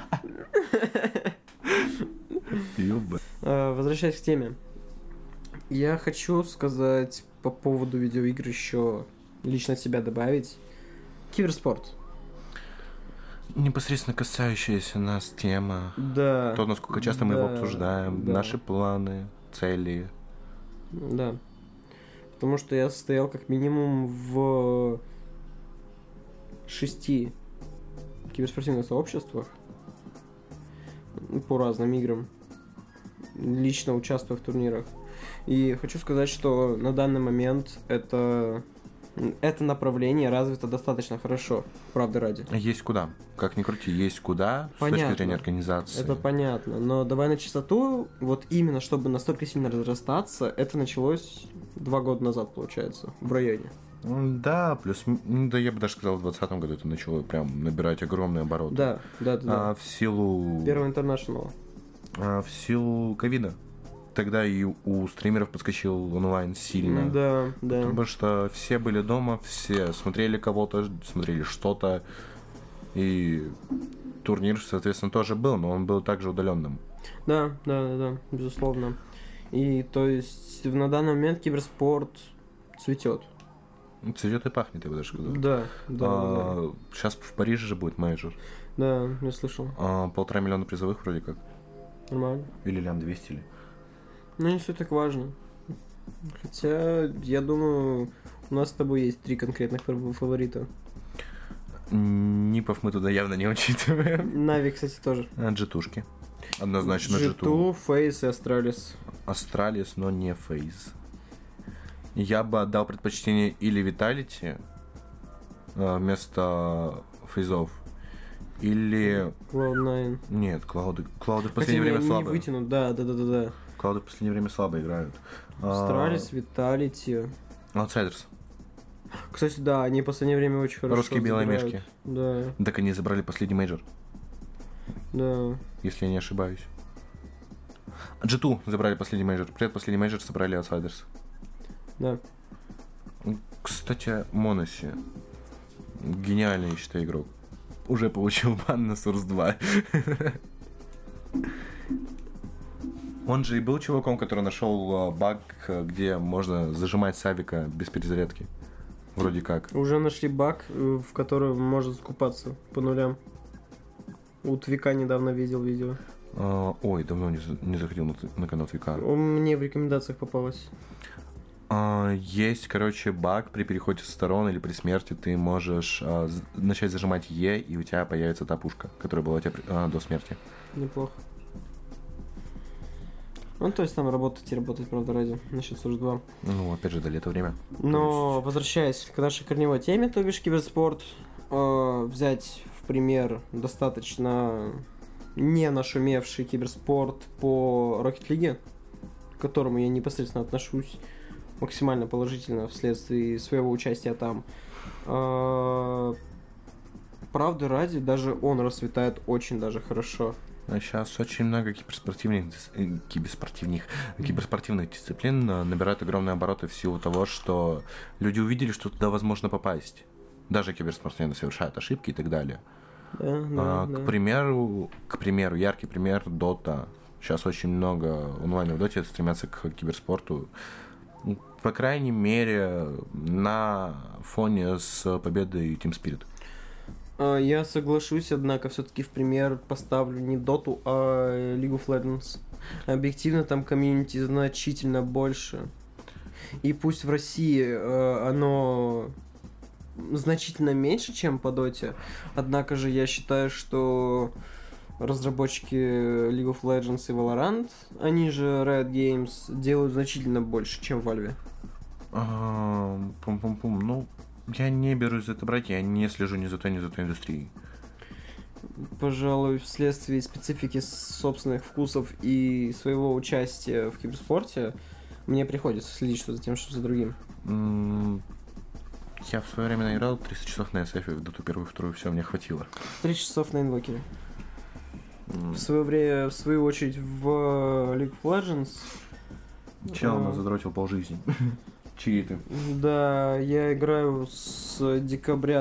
Возвращаясь к теме. Я хочу сказать по поводу видеоигр еще лично от себя добавить. Киберспорт. Непосредственно касающаяся нас тема. Да. То, насколько часто мы его Да, обсуждаем, да. наши планы, цели. Да. Потому что я состоял как минимум в 6 киберспортивных сообществах по разным играм, лично участвуя в турнирах. И хочу сказать, что на данный момент это направление развито достаточно хорошо, правда ради. Есть куда. Как ни крути, есть куда с Понятно. точки зрения организации. Это понятно, но давай на чистоту, вот именно чтобы настолько сильно разрастаться, это началось 2 года назад, получается, в районе. Да, плюс, да, я бы даже сказал, в 2020 году это начало прям набирать огромные обороты. Да. В силу... Первого интернешнл. В силу ковида. Тогда и у стримеров подскочил онлайн сильно. Да. Потому что все были дома, все смотрели кого-то, смотрели что-то. И турнир, соответственно, тоже был, но он был также удаленным. Да, безусловно. И то есть на данный момент киберспорт цветет. Цветет и пахнет, я бы даже сказал. Да. Сейчас в Париже же будет мейджор. Да, я слышал. 1,5 миллиона призовых вроде как. Нормально. Или 200 ли. Ну, не все так важно. Хотя, я думаю, у нас с тобой есть 3 конкретных фаворита. Нипов мы туда явно не учитываем. Нави, кстати, тоже. Джитушки. Однозначно G2, Фейс и Астралис. Астралис, но не Фейс. Я бы отдал предпочтение или Виталити вместо Фейзов, или... Cloud9. Нет, Клауды в последнее время не слабо. вытянут, да. Клауды в последнее время слабо играют. Астралис, Виталити. Outsiders. Кстати, да, они в последнее время очень хорошо Русские белые забирают. мишки. Да. Так они забрали последний мейджор, Да. если я не ошибаюсь. G2 забрали последний мейджор. Предпоследний мейджор собрали Outsiders. Да. Кстати, Моноси. Гениальный, я считаю, игрок. Уже получил бан на Source 2. Он же и был чуваком, который нашел баг, где можно зажимать Савика без перезарядки. Вроде как. Уже нашли баг, в котором можно скупаться по нулям. У Твика недавно видел видео. Ой, давно не заходил на канал Твика. Мне в рекомендациях попалось. Есть, короче, баг при переходе со сторон или при смерти. Ты можешь начать зажимать Е, и у тебя появится та пушка, которая была у тебя до смерти. Неплохо. Ну, то есть там работать, правда, ради. Насчет Source 2. Ну, опять же, до лета время. Но, возвращаясь к нашей корневой теме, то бишь киберспорт, взять в пример достаточно не нашумевший киберспорт по Rocket League, к которому я непосредственно отношусь максимально положительно вследствие своего участия там. Правда ради, даже он расцветает очень даже хорошо. Сейчас очень много киберспортивных дисциплин набирают огромные обороты в силу того, что люди увидели, что туда возможно попасть. Даже киберспортсмены совершают ошибки и так далее. Да. К примеру, яркий пример Dota. Сейчас очень много онлайн в Dota стремятся к киберспорту. По крайней мере, на фоне с победой Team Spirit. Я соглашусь, однако все-таки в пример поставлю не Доту, а League of Legends. Объективно там комьюнити значительно больше. И пусть в России оно значительно меньше, чем по Доте, однако же я считаю, что разработчики League of Legends и Valorant, они же Riot Games, делают значительно больше, чем Valve. Ну, я не берусь это брать, я не слежу ни за той индустрией. Пожалуй, вследствие специфики собственных вкусов и своего участия в киберспорте, мне приходится следить что за тем, что за другим. Я в свое время наиграл 300 часов на SF, в доту первую, вторую, все, мне хватило. 3 часов на инвокере. В свою очередь, в League of Legends... Чел нас задротил полжизни. Чьи ты? Да, я играю с декабря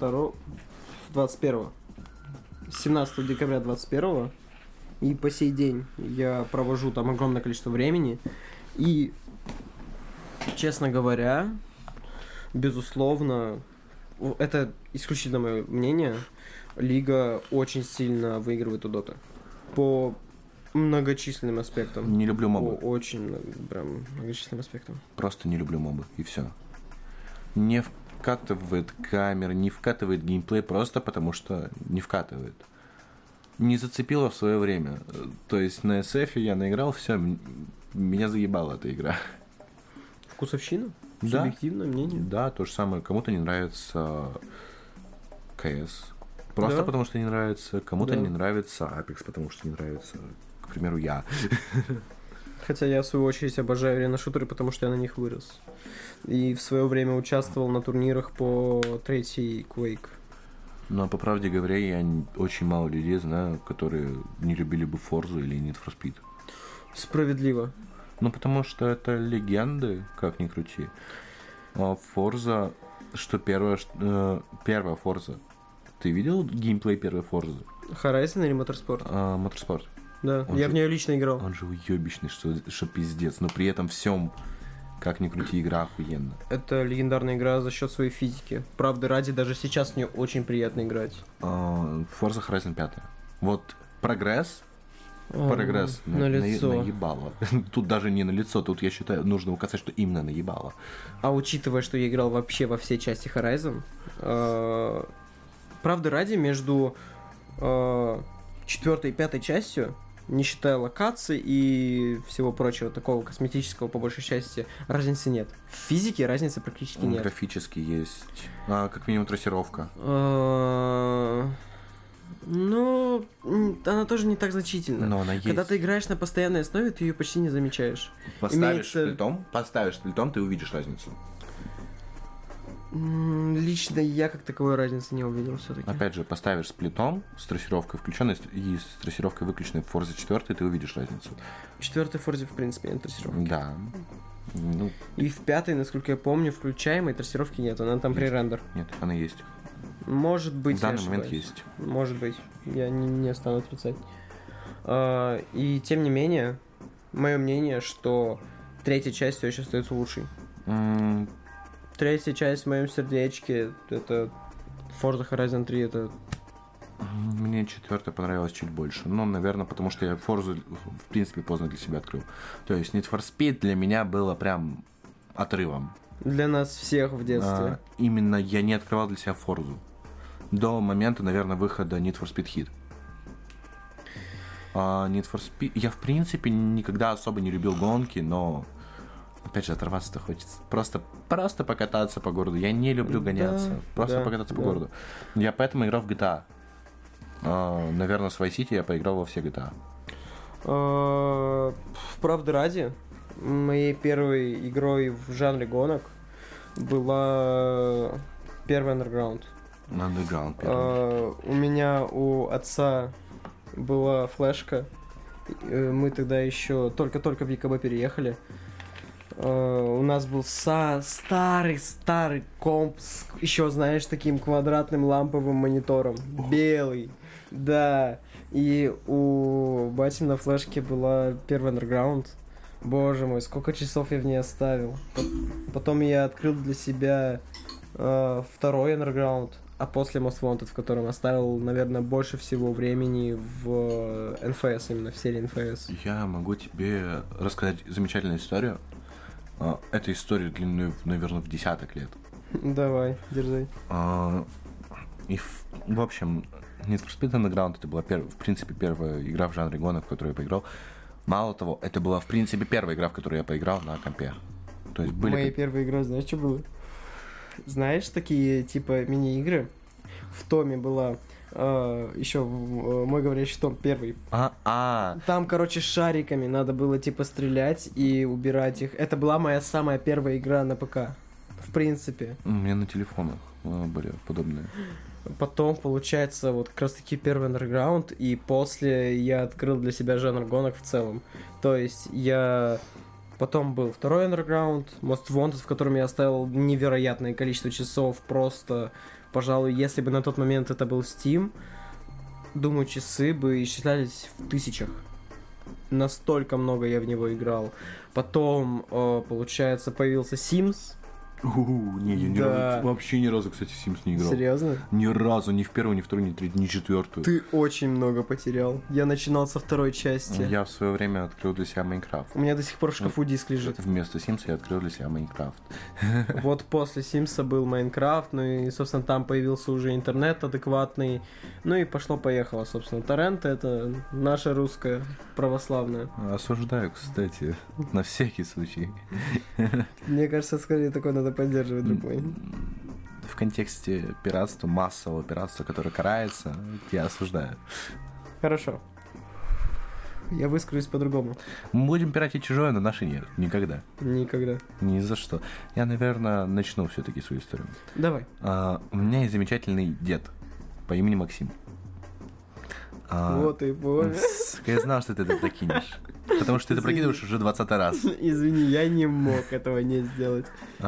21 17 декабря 21 и по сей день я провожу там огромное количество времени. И, честно говоря, безусловно, это исключительно мое мнение, Лига очень сильно выигрывает у Доты. По многочисленным аспектам. Не люблю мобы. По очень прям многочисленным аспектам. Просто не люблю мобы, и все. Не вкатывает камеры, не вкатывает геймплей, просто потому что не вкатывает. Не зацепило в свое время. То есть на SF я наиграл, все, меня заебала эта игра. Вкусовщина? Да. Субъективное мнение? Да, то же самое. Кому-то не нравится КС. Просто Да. потому что не нравится. Кому-то Да. не нравится Apex, потому что не нравится, к примеру, я. Хотя я, в свою очередь, обожаю арена-шутеры, потому что я на них вырос. И в свое время участвовал на турнирах по третьей Quake. Но, по правде говоря, я очень мало людей знаю, которые не любили бы Forza или Need for Speed. Справедливо. Ну, потому что это легенды, как ни крути. А Forza, что первая Forza. Ты видел геймплей первой Forza? Horizon или Motorsport? Motorsport. Да, Он я же- в нее лично играл. Он же уебищный, что пиздец. Но при этом всем, как ни крути, игра охуенна. Это легендарная игра за счет своей физики. Правда ради, даже сейчас в нее очень приятно играть. Forza Horizon 5. Вот прогресс На лицо. наебало. Тут даже не на лицо, тут, я считаю, нужно указать, что именно наебало. А учитывая, что я играл вообще во все части Horizon, правда ради, между 4 и 5 частью, не считая локаций и всего прочего такого косметического, по большей части, разницы нет. В физике разницы практически нет. Графически есть. Как минимум трассировка. Ну, она тоже не так значительна. Но она есть. Когда ты играешь на постоянной основе, ты ее почти не замечаешь. Поставишь имеется- плитом, ты увидишь разницу. Лично я как таковой разницы не увидел все-таки. Опять же, поставишь с плитом, с трассировкой включенной и с трассировкой выключенной в Forza 4, ты увидишь разницу. В 4-й Форзе, в принципе, нет трассировки. Да. Ну, И в 5-й, насколько я помню, включаемой трассировки нет. Она там Есть. пререндер. нет, она есть. Может быть, В я данный момент ошибаюсь. есть. Может быть. Я не стану отрицать. И тем не менее, мое мнение, что третья часть все еще остается лучшей. Третья часть в моем сердечке это Forza Horizon 3, это Мне 4 понравилось чуть больше. Ну, наверное, потому что я Forza, в принципе, поздно для себя открыл. То есть Need for Speed для меня было прям отрывом. для нас всех в детстве. Именно я не открывал для себя Forza. До момента, наверное, выхода Need for Speed Heat. Need for Speed... Я, в принципе, никогда особо не любил гонки, но... Опять же, оторваться-то хочется. Просто покататься по городу. Я не люблю гоняться. Просто покататься по городу. Я поэтому играл в GTA. Наверное, с Vice City я поиграл во все GTA. Правда ради, моей первой игрой в жанре гонок была первая Underground. Underground первый. У меня у отца была флешка. Мы тогда еще только-только в ЕКБ переехали. У нас был старый комп с еще, знаешь, таким квадратным ламповым монитором. Белый. Да. И у бати на флешке была первая Underground. Боже мой, сколько часов я в ней оставил. Потом я открыл для себя второй Underground, а после Most Wanted, в котором оставил, наверное, больше всего времени в NFS, именно в серии NFS. Я могу тебе рассказать замечательную историю. Это история длиной, наверное, в десяток лет. Давай, дерзай. В общем, Need for Speed Underground это была, в принципе, первая игра в жанре гонок, в которую я поиграл. Мало того, это была, в принципе, первая игра, в которую я поиграл на компе. То есть были... Моей первой игрой, знаешь, что было? Знаешь, такие, типа, мини-игры? В Томе была еще мой говорящий Том первый. Там, короче, шариками надо было, типа, стрелять и убирать их. Это была моя самая первая игра на ПК. В принципе. У меня на телефонах были подобные. Потом, получается, вот как раз таки первый Underground, и после я открыл для себя жанр гонок в целом. То есть я... Потом был второй Underground, Most Wanted, в котором я оставил невероятное количество часов. Просто, пожалуй, если бы на тот момент это был Steam, думаю, часы бы исчислялись в тысячах. Настолько много я в него играл. Потом, получается, появился Sims. Не, я Да. вообще ни разу, кстати, в Sims не играл. Серьезно? Ни разу, ни в первую, ни вторую, ни третью, ни четвертую. Ты очень много потерял. Я начинал со второй части. Я в свое время открыл для себя Майнкрафт. У меня до сих пор в шкафу диск лежит. Вместо Sims я открыл для себя Майнкрафт. Вот после Симса был Майнкрафт, ну и, собственно, там появился уже интернет адекватный. Ну и пошло-поехало, собственно. Торрент — это наша русская православная. Осуждаю, кстати, на всякий случай. Мне кажется, скорее такое надо поддерживать, друг мой. В контексте пиратства, массового пиратства, которое карается, я осуждаю. Хорошо. Я выскажусь по-другому. Мы будем пиратить чужое, но наше нет. Никогда. Никогда. Ни за что. Я, наверное, начну все-таки свою историю. Давай. У меня есть замечательный дед по имени Максим. Вот и понял. Я знал, что ты это прокинешь. Потому что ты это прокидываешь уже 20 раз. Извини, я не мог этого не сделать.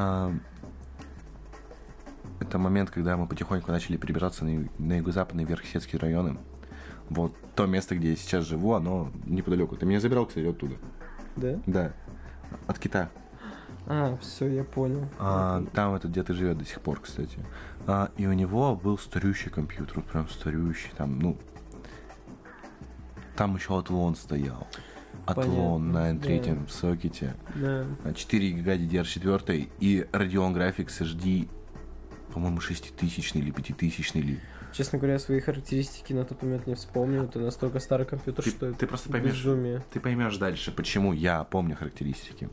Это момент, когда мы потихоньку начали перебираться на юго-западные Верхесецкие районы. Вот то место, где я сейчас живу, оно неподалеку. Ты меня забирал, кстати, оттуда. Да? Да. От Кита. Все, я понял. Там этот дед и живет до сих пор, кстати. И у него был старющий компьютер, вот прям старющий. Там еще Атлон стоял. Атлон на N3 сокете. Да. 4 ГБ DDR4 и Radeon Graphics HD, по-моему, 6000 или 5000 или... Честно говоря, свои характеристики на тот момент не вспомню. Это настолько старый компьютер, что это ты просто поймешь, безумие. Ты поймешь дальше, почему я помню характеристики.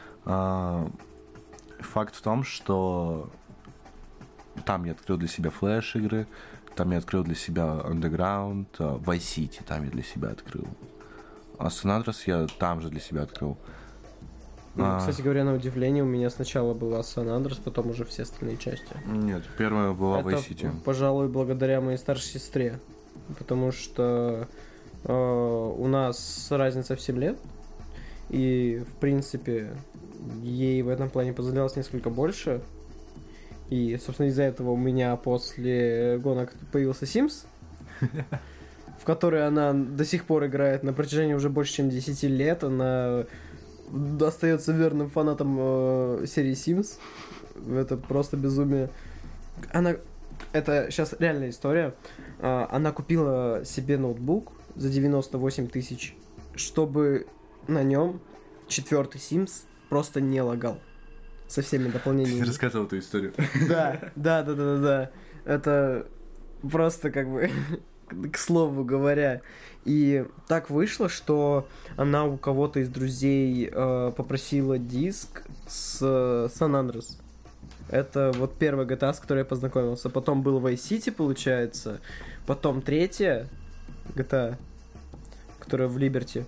Факт в том, что там я открыл для себя флеш-игры, там я открыл для себя Underground, Vice City там я для себя открыл. А San Andreas я там же для себя открыл. Кстати говоря, на удивление, у меня сначала была San Andreas, потом уже все остальные части. Нет, первая была Vice City. Это, пожалуй, благодаря моей старшей сестре. Потому что у нас разница в 7 лет. И, в принципе, ей в этом плане позволялось несколько больше. И, собственно, из-за этого у меня после гонок появился Sims, в который она до сих пор играет на протяжении уже больше, чем 10 лет. Она остается верным фанатом серии Sims. Это просто безумие. Это сейчас реальная история. Она купила себе ноутбук за 98 тысяч, чтобы на нем 4-й Sims просто не лагал. Со всеми дополнениями. Ты рассказывал эту историю. Да. Это просто как бы к слову говоря. И так вышло, что она у кого-то из друзей попросила диск с San Andreas. Это вот первая GTA, с которой я познакомился. Потом был Vice City, получается. Потом третья GTA, которая в Liberty.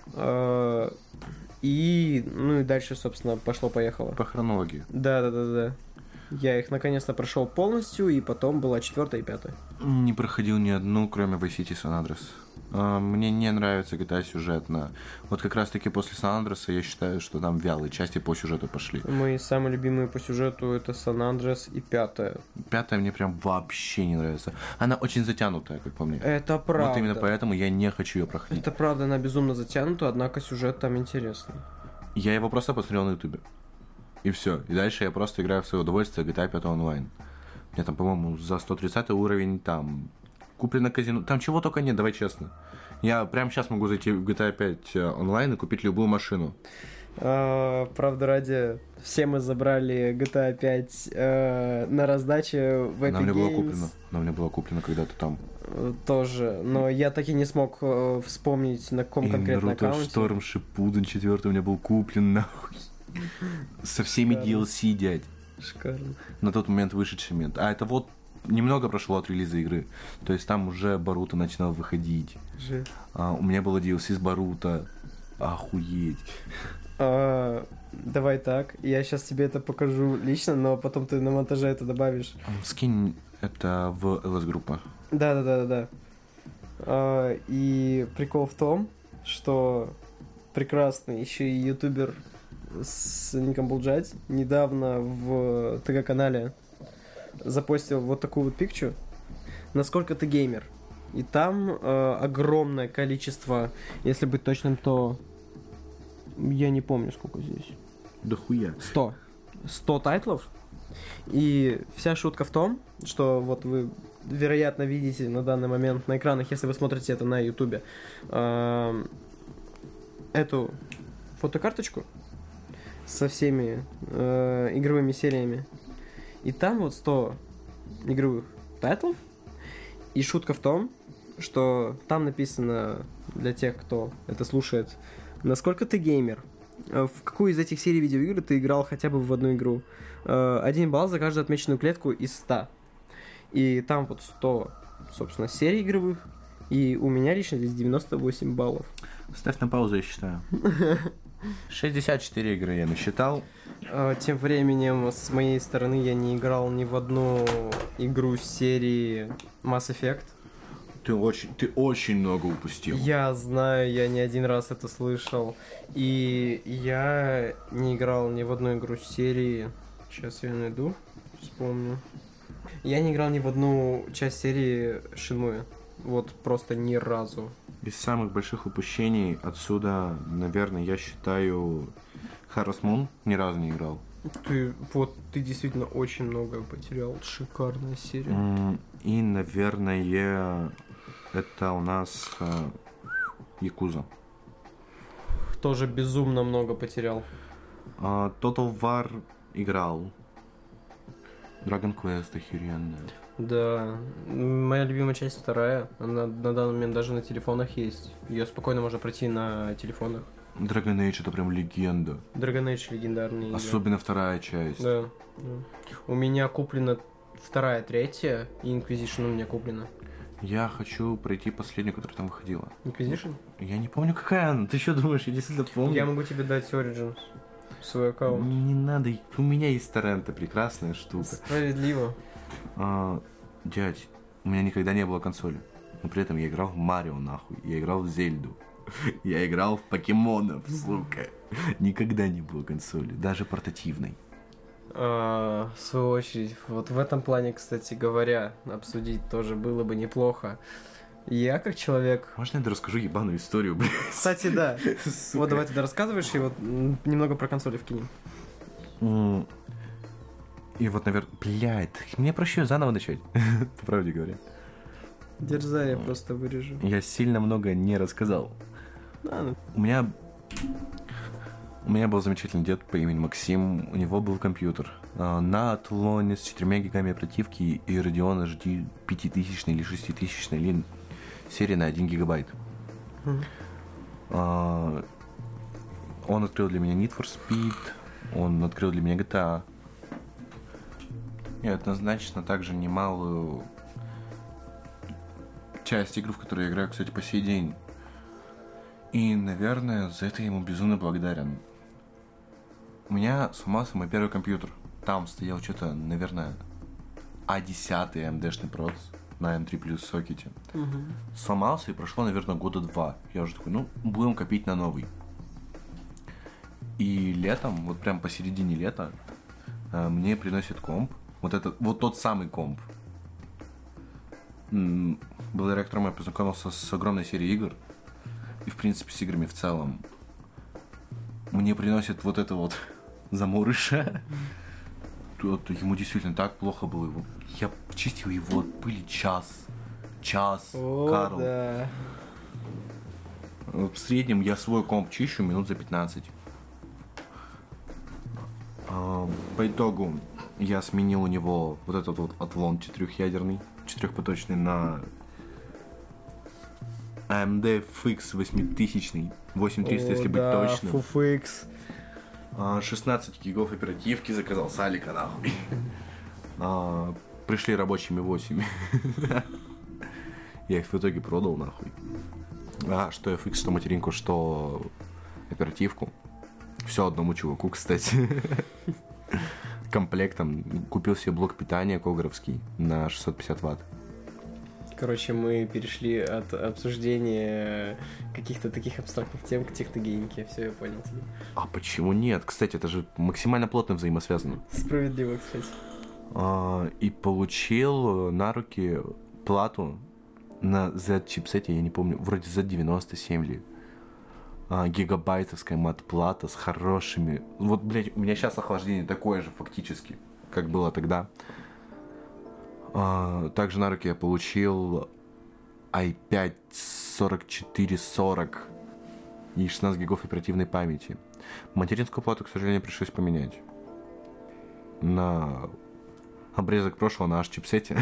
И дальше, собственно, пошло-поехало. По хронологии. Да. Я их наконец-то прошел полностью, и потом была 4-я и 5-я. Не проходил ни одну, кроме Vice City San Andreas. Мне не нравится GTA сюжетно. Вот как раз-таки после San Andreas я считаю, что там вялые части по сюжету пошли. Мои самые любимые по сюжету это San Andreas и 5-я. 5-я мне прям вообще не нравится. Она очень затянутая, как по мне. Это правда. Вот именно поэтому я не хочу ее проходить. Это правда, она безумно затянута, однако сюжет там интересный. Я его просто посмотрел на ютубе. И все. И дальше я просто играю в свое удовольствие GTA 5 онлайн. Мне там, по-моему, за 130 уровень, там куплено казино. Там чего только нет, давай честно. Я прямо сейчас могу зайти в GTA 5 онлайн и купить любую машину. Правда ради, все мы забрали GTA 5 на раздаче в Epic Games. Она мне была куплена когда-то там. Тоже, но я так и не смог вспомнить, на каком конкретно аккаунте. Шторм Шипуден 4 у меня был куплен, нахуй. Со всеми DLC, дядь. Шикарно. На тот момент вышедший момент. А это вот немного прошло от релиза игры. То есть там уже Боруто начинал выходить. Жесть. У меня было DLC с Боруто. Охуеть. Давай так, я сейчас тебе это покажу лично, но потом ты на монтаже это добавишь. Скинь это в LS-группа. Да. И прикол в том, что прекрасный еще и ютубер с ником Булджать недавно в ТГ-канале запостил вот такую вот пикчу. Насколько ты геймер? И там огромное количество, если быть точным, то я не помню, сколько здесь. Да хуя. 100 тайтлов, И вся шутка в том, что вот вы, вероятно, видите на данный момент на экранах, если вы смотрите это на ютубе, эту фотокарточку со всеми игровыми сериями. И там вот 100 игровых тайтлов. И шутка в том, что там написано для тех, кто это слушает, насколько ты геймер, в какую из этих серий видеоигр ты играл хотя бы в одну игру. 1 балл за каждую отмеченную клетку из 100. И там вот 100, собственно, серий игровых. И у меня лично здесь 98 баллов. Ставь на паузу, я считаю. 64 игры я насчитал. Тем временем, с моей стороны, я не играл ни в одну игру серии Mass Effect. Ты очень много упустил. Я знаю, я не один раз это слышал. И я не играл ни в одну игру серии. Сейчас я найду, вспомню. Я не играл ни в одну часть серии Shenmue. Вот просто ни разу. Из самых больших упущений отсюда, наверное, я считаю Harvest Moon. Ни разу не играл. Ты действительно очень много потерял. Шикарная серия. И, наверное, это у нас Якуза. Тоже безумно много потерял. Total War играл. Dragon Quest охеренная. Да, моя любимая часть 2. Она на данный момент даже на телефонах есть. Ее спокойно можно пройти на телефонах. Dragon Age это прям легенда. Dragon Age легендарный. Особенно 2 часть. Да. У меня куплена 2, 3, и Inquisition у меня куплена. Я хочу пройти последнюю, которая там выходила. Inquisition? Я не помню, какая она. Ты что думаешь, я действительно помню? Я могу тебе дать Origins. Свой аккаунт. Не надо, у меня есть торренты, прекрасная штука. Справедливо. Дядь, у меня никогда не было консоли. Но при этом я играл в Марио, нахуй. Я играл в Зельду. Я играл в покемонов, сука. Никогда не было консоли, даже портативной. В свою очередь, вот в этом плане, кстати говоря, обсудить тоже было бы неплохо. Я как человек... Можно я расскажу ебаную историю, блядь? Кстати, да. Вот давай ты рассказываешь, и вот немного про консоли вкинем. И вот, наверное... Блядь, мне проще заново начать, по правде говоря. Дерзай, я просто вырежу. Я сильно много не рассказал. У меня был замечательный дед по имени Максим. У него был компьютер на Атлоне с 4 гигами оперативки и Radeon HD 5000 или 6000 или серия на 1 гигабайт. Он открыл для меня Need for Speed, он открыл для меня GTA. И однозначно также немалую часть игр, в которые я играю, кстати, по сей день. И, наверное, за это я ему безумно благодарен. У меня сломался мой первый компьютер. Там стоял что-то, наверное, A10 AMD-шный процесс на M3 плюс сокете. Сломался и прошло, наверное, 2 года. Я уже такой, будем копить на новый. И летом, вот прям посередине лета, мне приносит комп. Вот тот самый комп. Благодаря которому я познакомился с огромной серией игр. И, в принципе, с играми в целом. Мне приносит вот это вот заморыша. Ему действительно так плохо было. Я чистил его от пыли час. Карл. Да. В среднем я свой комп чищу минут за 15. По итогу я сменил у него вот этот вот Athlon 4-ядерный, 4-поточный на AMD FX 8000, 8300, если быть точным. FX. 16 гигов оперативки заказал с Алика, нахуй. Пришли рабочими 8. Я их в итоге продал, нахуй. Что FX, что материнку, что оперативку. Все одному чуваку, кстати. Комплектом купил себе блок питания когоровский на 650 ватт. Короче, мы перешли от обсуждения каких-то таких абстрактных тем к техногенике. Все, я понял. А почему нет? Кстати, это же максимально плотно взаимосвязано. Справедливо, кстати. И получил на руки плату на Z-чипсете, я не помню, вроде Z97 ли. Гигабайтовская мат-плата с хорошими... Вот, блядь, у меня сейчас охлаждение такое же фактически, как было тогда. Также на руки я получил i5 4440 и 16 гигов оперативной памяти. Материнскую плату, к сожалению, пришлось поменять на обрезок прошлого на H-чипсете.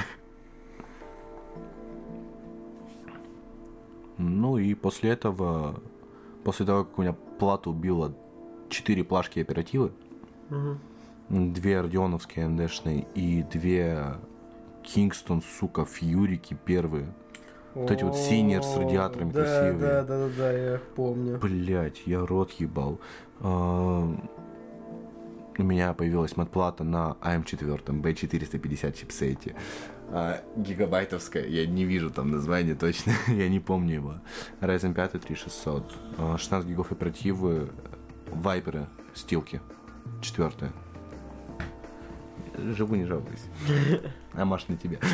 Ну и после того, как у меня плата убила 4 плашки оперативы, 2 радионовские AMD-шные и 2 Kingston, сука, фьюрики первые. Вот эти вот синие с радиаторами красивые. Да, я их помню. Блять, я рот ебал. У меня появилась матплата на AM4, B450 чипсете. Гигабайтовская, я не вижу там название точно, я не помню его. Ryzen 5 3600, 16 гигов оперативы, Вайперы, стилки, 4. Живу, не жалуюсь. А Маш, на тебя.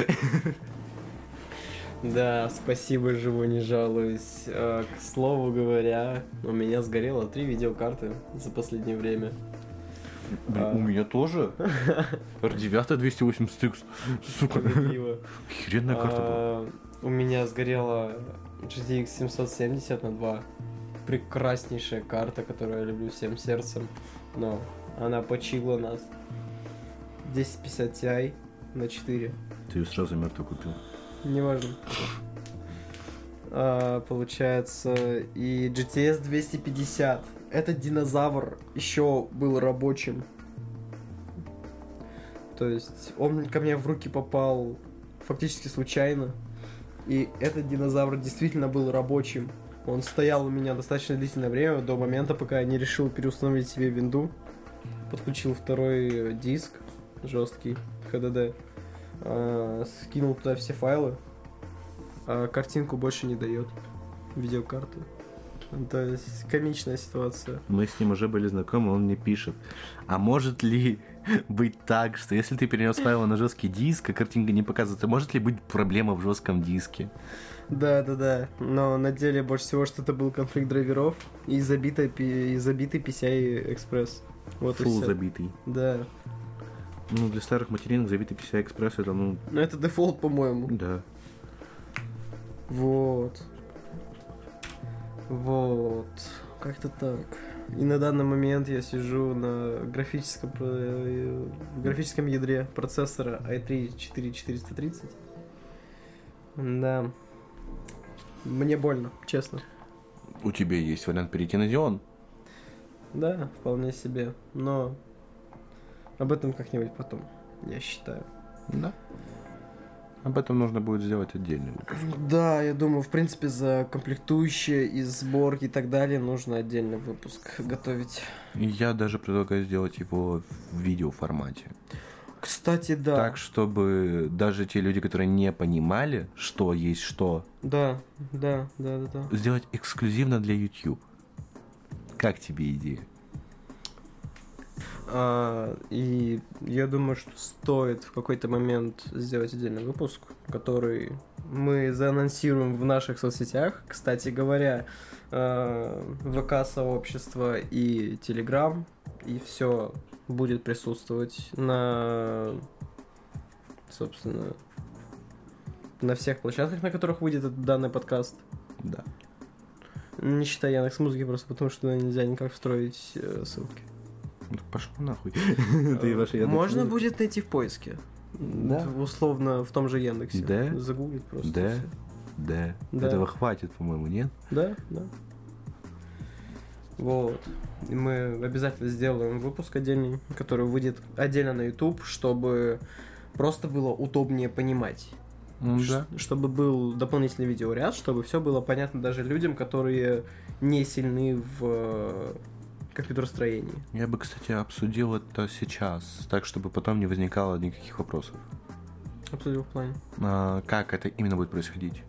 Да, спасибо, живу, не жалуюсь. К слову говоря, у меня сгорело 3 видеокарты за последнее время. Блин, у меня тоже. R9 280X. Сука. Охеренная карта была. У меня сгорела GTX 770 на 2. Прекраснейшая карта, которую я люблю всем сердцем. Но она почила нас. 1050 Ti на 4. Ты ее сразу мертвую купил. Неважно. Получается, и GTS 250. Этот динозавр еще был рабочим. То есть он ко мне в руки попал фактически случайно. И этот динозавр действительно был рабочим. Он стоял у меня достаточно длительное время, до момента, пока я не решил переустановить себе винду. Подключил второй диск жесткий, HDD. Скинул туда все файлы. А картинку больше не дает. Видеокарты. То есть комичная ситуация. Мы с ним уже были знакомы, он мне пишет: а может ли быть так, что если ты перенес файлы на жесткий диск, а картинка не показывается, может ли быть проблема в жестком диске? Да. Но на деле больше всего, что это был конфликт драйверов и забитый PCI Express. Вот Фулл забитый. Да. Ну, для старых материнок забитый PCI Express это, Ну, это дефолт, по-моему. Да. Вот. Как-то так. И на данный момент я сижу на графическом ядре процессора i3 4430. Да. Мне больно, честно. У тебя есть вариант перейти на Xeon? Да, вполне себе. Но об этом как-нибудь потом, я считаю. Да. Об этом нужно будет сделать отдельный выпуск. Да, я думаю, в принципе, за комплектующие и сборки и так далее нужно отдельный выпуск готовить. И я даже предлагаю сделать его в видеоформате. Кстати, да. Так, чтобы даже те люди, которые не понимали, что есть что, Да. сделать эксклюзивно для YouTube. Как тебе идея? И я думаю, что стоит в какой-то момент сделать отдельный выпуск, который мы заанонсируем в наших соцсетях. Кстати говоря, ВК-сообщество и Telegram, и все будет присутствовать на, собственно, на всех площадках, на которых выйдет этот данный подкаст. Да. Не считая Яндекс.Музыки, просто потому что туда нельзя никак встроить ссылки. Пошел нахуй. Можно будет найти в поиске. Да. Условно в том же Яндексе. Да. Загуглить просто. Да. Этого хватит, по-моему, нет? Да. Вот. И мы обязательно сделаем выпуск отдельный, который выйдет отдельно на YouTube, чтобы просто было удобнее понимать. Да. Чтобы был дополнительный видеоряд, чтобы все было понятно даже людям, которые не сильны в компьютеростроении. Я бы, кстати, обсудил это сейчас, так, чтобы потом не возникало никаких вопросов. Обсудил в плане. Как это именно будет происходить?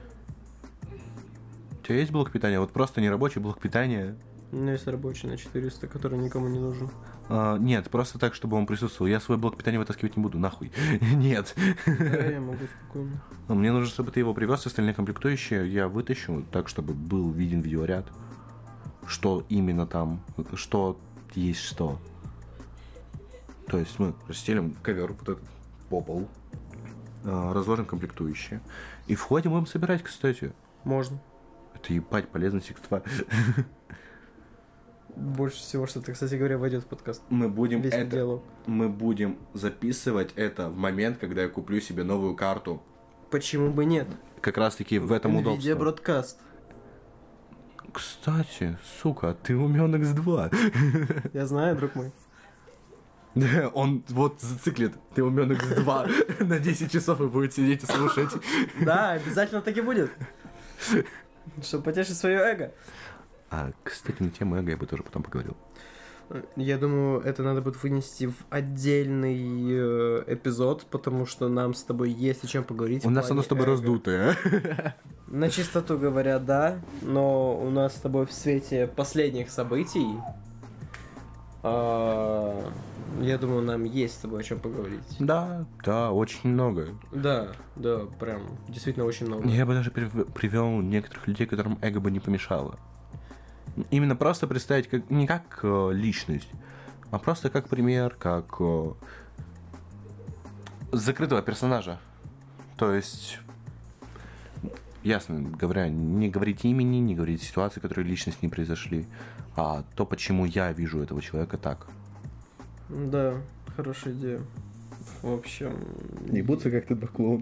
У тебя есть блок питания? Вот просто нерабочий блок питания? У меня есть рабочий на 400, который никому не нужен. Нет, просто так, чтобы он присутствовал. Я свой блок питания вытаскивать не буду, нахуй. Нет. Да, я могу спокойно. Мне нужно, чтобы ты его привез, остальные комплектующие я вытащу, так, чтобы был виден видеоряд. Что именно там, что есть что. То есть мы расстелим ковер вот этот по полу, разложим комплектующие и в ходе будем собирать, кстати. Можно. Это ебать полезно текста. Больше всего, что ты, кстати говоря, войдет в подкаст. Мы будем Весь это... диалог. Мы будем записывать это в момент, когда я куплю себе новую карту. Почему бы нет? Как раз таки в этом удобство. Видеобродкаст. Кстати, сука, ты умен X2. Я знаю, друг мой. Да, он вот зациклит. Ты умен X2 на 10 часов и будет сидеть и слушать. Да, обязательно так и будет. Чтобы потешить свое эго. Кстати, на тему эго я бы тоже потом поговорил. Я думаю, это надо будет вынести в отдельный эпизод, потому что нам с тобой есть о чем поговорить. У нас оно с тобой эго. раздутое. На чистоту говоря, да, но у нас с тобой в свете последних событий, я думаю, нам есть с тобой о чем поговорить. Да, очень много. Да, прям действительно очень много. Я бы даже привел некоторых людей, которым эго бы не помешало. Именно просто представить как, не как личность, а просто как пример, как закрытого персонажа. То есть, ясно говоря, не говорить имени, не говорить ситуации, которые лично с ним произошли, а то, почему я вижу этого человека так. Да, хорошая идея. В общем... Ебутся как-то два клоуна.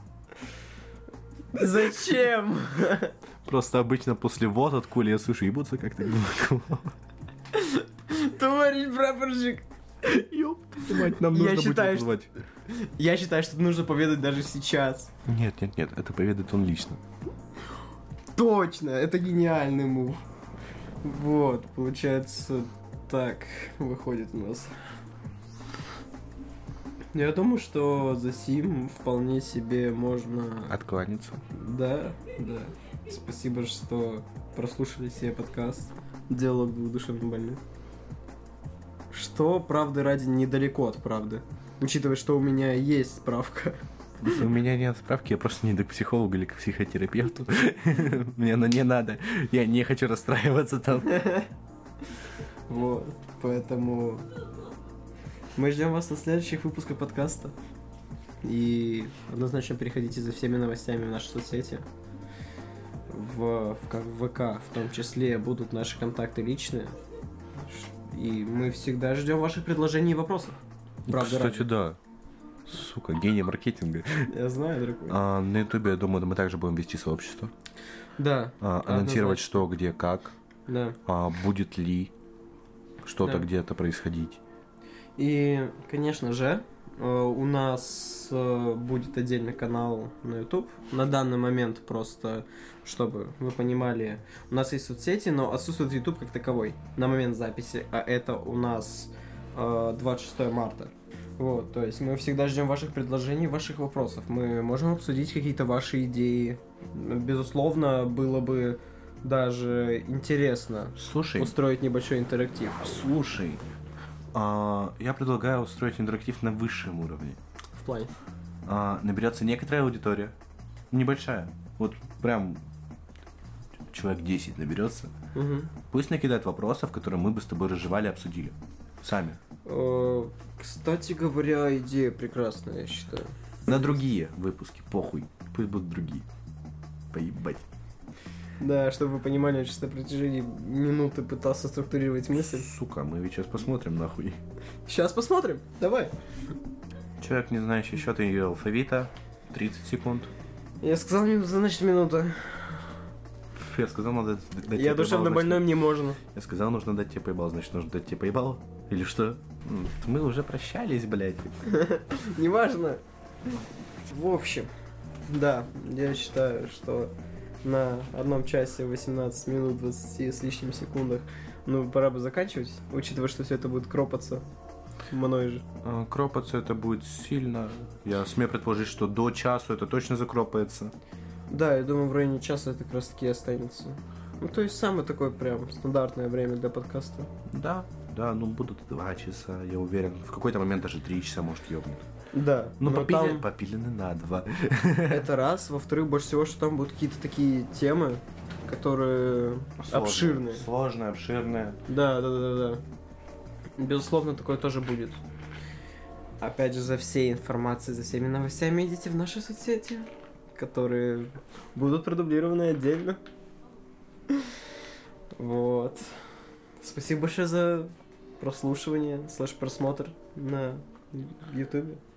Зачем? Просто обычно после вот от Коли я слышу, ебутся как-то два клоуна. Товарищ прапорщик! Ёп, мать, нам нужно будет вызвать. Я считаю, что это нужно поведать даже сейчас. Нет, это поведает он лично. Точно, это гениальный мув. Вот, получается, так выходит у нас. Я думаю, что за сим вполне себе можно... Откланяться. Да. Спасибо, что прослушали себе подкаст «Диалог двух душевнобольных». Что, правды ради, недалеко от правды. Учитывая, что у меня есть справка. У меня нет справки, я просто не иду к психологу или к психотерапевту. Мне оно не надо. Я не хочу расстраиваться там. Вот, поэтому мы ждем вас на следующих выпусках подкаста. И однозначно переходите за всеми новостями в наши соцсети. В ВК в том числе будут наши контакты личные. И мы всегда ждем ваших предложений и вопросов. Правда, кстати, да. Сука, гений маркетинга. Я знаю, друг мой. На ютубе, я думаю, мы также будем вести сообщество. Да. Анонсировать, что, где, как. Да. Будет ли что-то где-то происходить. И, конечно же, у нас будет отдельный канал на YouTube. На данный момент просто, чтобы вы понимали, у нас есть соцсети, но отсутствует YouTube как таковой на момент записи, а это у нас 26 марта. Вот, то есть мы всегда ждем ваших предложений, ваших вопросов. Мы можем обсудить какие-то ваши идеи. Безусловно, было бы даже интересно устроить небольшой интерактив. Слушай, я предлагаю устроить интерактив на высшем уровне. В плане? Наберется некоторая аудитория, небольшая, вот прям человек 10 наберется. Угу. Пусть накидает вопросов, которые мы бы с тобой разжевали и обсудили. Сами. Кстати говоря, идея прекрасная, я считаю. На другие выпуски, похуй. Пусть будут другие. Поебать. Да, чтобы вы понимали, я сейчас на протяжении минуты пытался структурировать мысль. Сука, мы ведь сейчас посмотрим нахуй. Сейчас посмотрим, давай. Человек, не знающий счета и алфавита, 30 секунд. Я сказал, значит, минута. Я сказал, надо дать Я душевно больной, мне можно. Я сказал, нужно дать тебе поебал, значит, нужно дать тебе поебал? Или что? Мы уже прощались, блядь. Неважно. В общем, да, я считаю, что на 1 часе 18 минут 20 с лишним секундах, пора бы заканчивать, учитывая, что все это будет кропаться мной же. Кропаться это будет сильно. Я смею предположить, что до часу это точно закропается. Да, я думаю, в районе часа это как раз таки останется. То есть самое такое прям стандартное время для подкаста. Да, будут 2 часа, я уверен. В какой-то момент даже 3 часа, может, ёбнут. Да. Попилены на 2. Это раз. Во-вторых, больше всего, что там будут какие-то такие темы, которые обширные. Сложные, обширные. Да. Безусловно, такое тоже будет. Опять же, за всей информацией, за всеми новостями идите в наши соцсети, которые будут продублированы отдельно. Вот. Спасибо большое за прослушивание, /просмотр на YouTube.